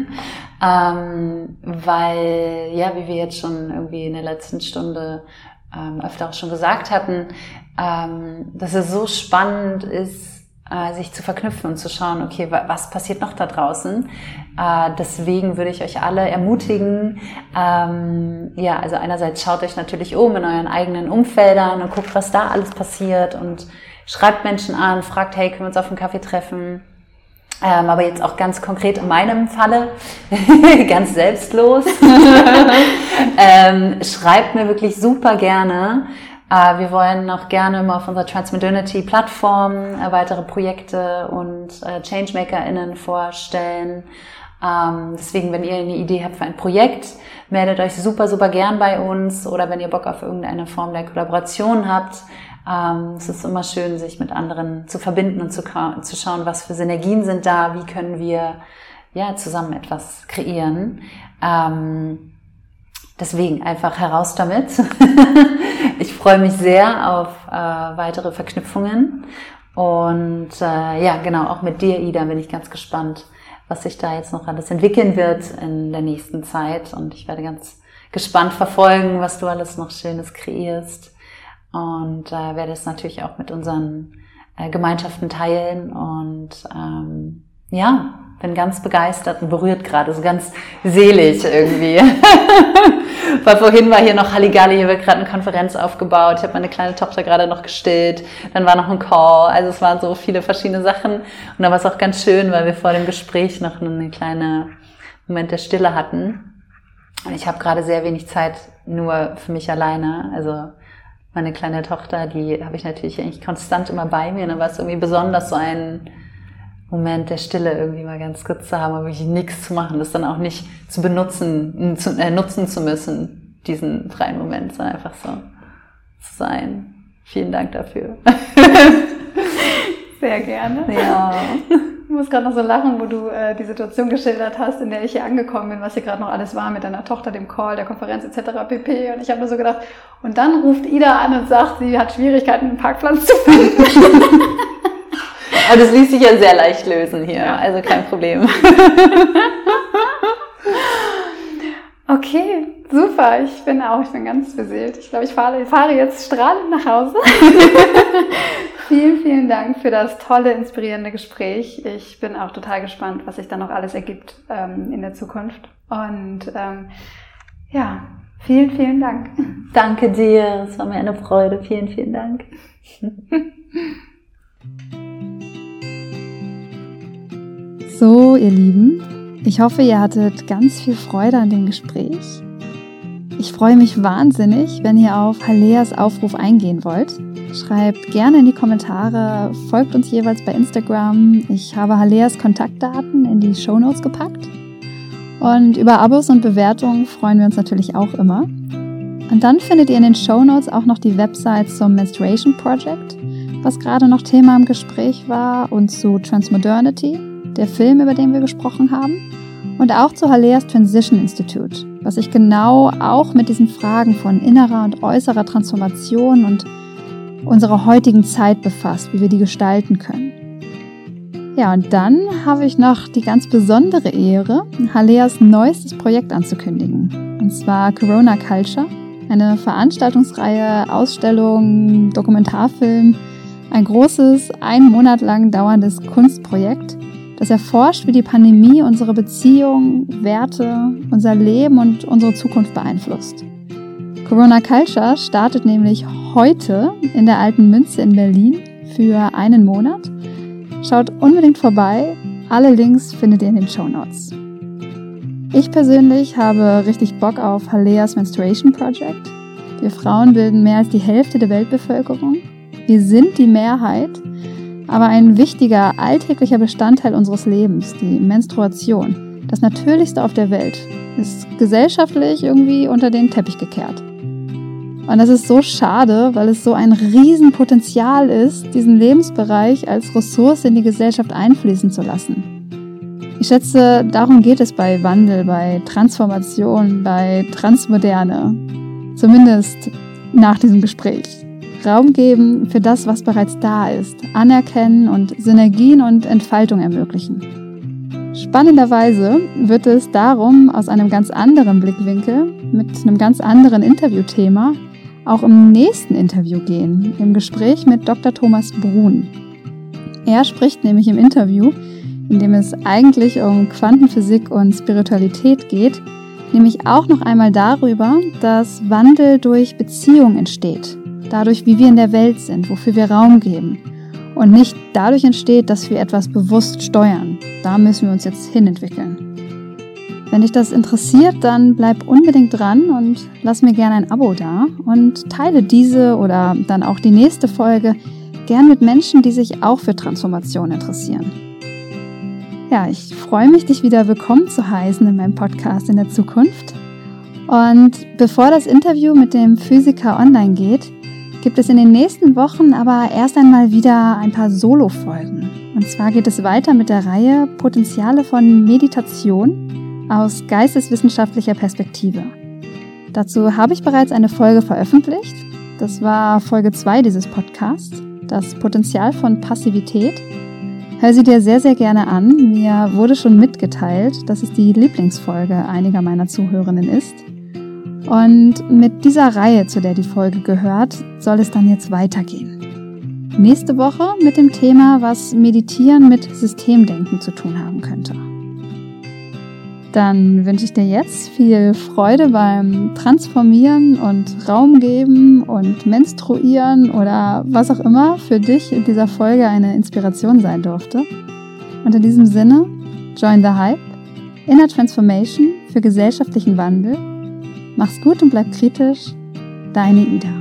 ähm, weil, ja, wie wir jetzt schon irgendwie in der letzten Stunde ähm, öfter auch schon gesagt hatten, ähm, dass es so spannend ist, äh, sich zu verknüpfen und zu schauen, okay, wa- was passiert noch da draußen? Äh, deswegen würde ich euch alle ermutigen, ähm, ja, also einerseits schaut euch natürlich um in euren eigenen Umfeldern und guckt, was da alles passiert und schreibt Menschen an, fragt, hey, können wir uns auf einen Kaffee treffen? Ähm, aber jetzt auch ganz konkret in meinem Falle, ganz selbstlos, ähm, schreibt mir wirklich super gerne. Äh, wir wollen auch gerne immer auf unserer Transmodernity-Plattform äh, weitere Projekte und äh, ChangemakerInnen vorstellen. Ähm, deswegen, wenn ihr eine Idee habt für ein Projekt, meldet euch super, super gern bei uns. Oder wenn ihr Bock auf irgendeine Form der Kollaboration habt. Ähm, es ist immer schön, sich mit anderen zu verbinden und zu, zu schauen, was für Synergien sind da, wie können wir ja zusammen etwas kreieren. Ähm, deswegen einfach heraus damit. Ich freue mich sehr auf äh, weitere Verknüpfungen und äh, ja, genau, auch mit dir, Ida, bin ich ganz gespannt, was sich da jetzt noch alles entwickeln wird in der nächsten Zeit und ich werde ganz gespannt verfolgen, was du alles noch Schönes kreierst und äh, werde es natürlich auch mit unseren äh, Gemeinschaften teilen und ähm, ja, bin ganz begeistert und berührt gerade, so ganz selig irgendwie. Weil vorhin war hier noch Halligalli, hier wird gerade eine Konferenz aufgebaut, ich habe meine kleine Tochter gerade noch gestillt, dann war noch ein Call, also es waren so viele verschiedene Sachen und da war es auch ganz schön, weil wir vor dem Gespräch noch eine kleine Moment der Stille hatten und ich habe gerade sehr wenig Zeit nur für mich alleine, also meine kleine Tochter, die habe ich natürlich eigentlich konstant immer bei mir und dann war es irgendwie besonders so ein Moment der Stille irgendwie mal ganz kurz zu haben, aber wirklich nichts zu machen, das dann auch nicht zu benutzen, zu, äh, nutzen zu müssen, diesen freien Moment, sondern einfach so zu sein. Vielen Dank dafür. Sehr gerne. Ja. Ich muss gerade noch so lachen, wo du äh, die Situation geschildert hast, in der ich hier angekommen bin, was hier gerade noch alles war mit deiner Tochter, dem Call, der Konferenz et cetera pp. Und ich habe nur so gedacht, und dann ruft Ida an und sagt, sie hat Schwierigkeiten, einen Parkplatz zu finden. Aber das ließ sich ja sehr leicht lösen hier, ja. Also kein Problem. Okay, super. Ich bin auch, ich bin ganz beseelt. Ich glaube, ich fahre, fahre jetzt strahlend nach Hause. Vielen, vielen Dank für das tolle, inspirierende Gespräch. Ich bin auch total gespannt, was sich da noch alles ergibt ähm, in der Zukunft. Und ähm, ja, vielen, vielen Dank. Danke dir, es war mir eine Freude. Vielen, vielen Dank. So, ihr Lieben, ich hoffe, ihr hattet ganz viel Freude an dem Gespräch. Ich freue mich wahnsinnig, wenn ihr auf Haleas Aufruf eingehen wollt. Schreibt gerne in die Kommentare, folgt uns jeweils bei Instagram. Ich habe Haleas Kontaktdaten in die Shownotes gepackt. Und über Abos und Bewertungen freuen wir uns natürlich auch immer. Und dann findet ihr in den Shownotes auch noch die Website zum Menstruation Project, was gerade noch Thema im Gespräch war, und zu Transmodernity, der Film, über den wir gesprochen haben, und auch zu Haleas Transition Institute, was sich genau auch mit diesen Fragen von innerer und äußerer Transformation und unserer heutigen Zeit befasst, wie wir die gestalten können. Ja, und dann habe ich noch die ganz besondere Ehre, Haleas neuestes Projekt anzukündigen, und zwar Corona Culture, eine Veranstaltungsreihe, Ausstellung, Dokumentarfilm, ein großes, einen Monat lang dauerndes Kunstprojekt, das erforscht, wie die Pandemie unsere Beziehungen, Werte, unser Leben und unsere Zukunft beeinflusst. Corona Culture startet nämlich heute in der Alten Münze in Berlin für einen Monat. Schaut unbedingt vorbei, alle Links findet ihr in den Shownotes. Ich persönlich habe richtig Bock auf Haleas Menstruation Project. Wir Frauen bilden mehr als die Hälfte der Weltbevölkerung. Wir sind die Mehrheit, aber ein wichtiger, alltäglicher Bestandteil unseres Lebens, die Menstruation, das Natürlichste auf der Welt, ist gesellschaftlich irgendwie unter den Teppich gekehrt. Und das ist so schade, weil es so ein Riesenpotenzial ist, diesen Lebensbereich als Ressource in die Gesellschaft einfließen zu lassen. Ich schätze, darum geht es bei Wandel, bei Transformation, bei Transmoderne. Zumindest nach diesem Gespräch. Raum geben für das, was bereits da ist, anerkennen und Synergien und Entfaltung ermöglichen. Spannenderweise wird es darum aus einem ganz anderen Blickwinkel, mit einem ganz anderen Interviewthema, auch im nächsten Interview gehen, im Gespräch mit Doktor Thomas Brun. Er spricht nämlich im Interview, in dem es eigentlich um Quantenphysik und Spiritualität geht, nämlich auch noch einmal darüber, dass Wandel durch Beziehung entsteht. Dadurch, wie wir in der Welt sind, wofür wir Raum geben. Und nicht dadurch entsteht, dass wir etwas bewusst steuern. Da müssen wir uns jetzt hinentwickeln. Wenn dich das interessiert, dann bleib unbedingt dran und lass mir gerne ein Abo da und teile diese oder dann auch die nächste Folge gern mit Menschen, die sich auch für Transformation interessieren. Ja, ich freue mich, dich wieder willkommen zu heißen in meinem Podcast in der Zukunft. Und bevor das Interview mit dem Physiker online geht, gibt es in den nächsten Wochen aber erst einmal wieder ein paar Solo-Folgen. Und zwar geht es weiter mit der Reihe Potenziale von Meditation aus geisteswissenschaftlicher Perspektive. Dazu habe ich bereits eine Folge veröffentlicht. Das war Folge zwei dieses Podcasts, das Potenzial von Passivität. Hör sie dir sehr, sehr gerne an. Mir wurde schon mitgeteilt, dass es die Lieblingsfolge einiger meiner Zuhörerinnen ist. Und mit dieser Reihe, zu der die Folge gehört, soll es dann jetzt weitergehen. Nächste Woche mit dem Thema, was Meditieren mit Systemdenken zu tun haben könnte. Dann wünsche ich dir jetzt viel Freude beim Transformieren und Raum geben und Menstruieren oder was auch immer für dich in dieser Folge eine Inspiration sein durfte. Und in diesem Sinne, join the hype, Inner Transformation für gesellschaftlichen Wandel. Mach's gut und bleib kritisch, deine Ida.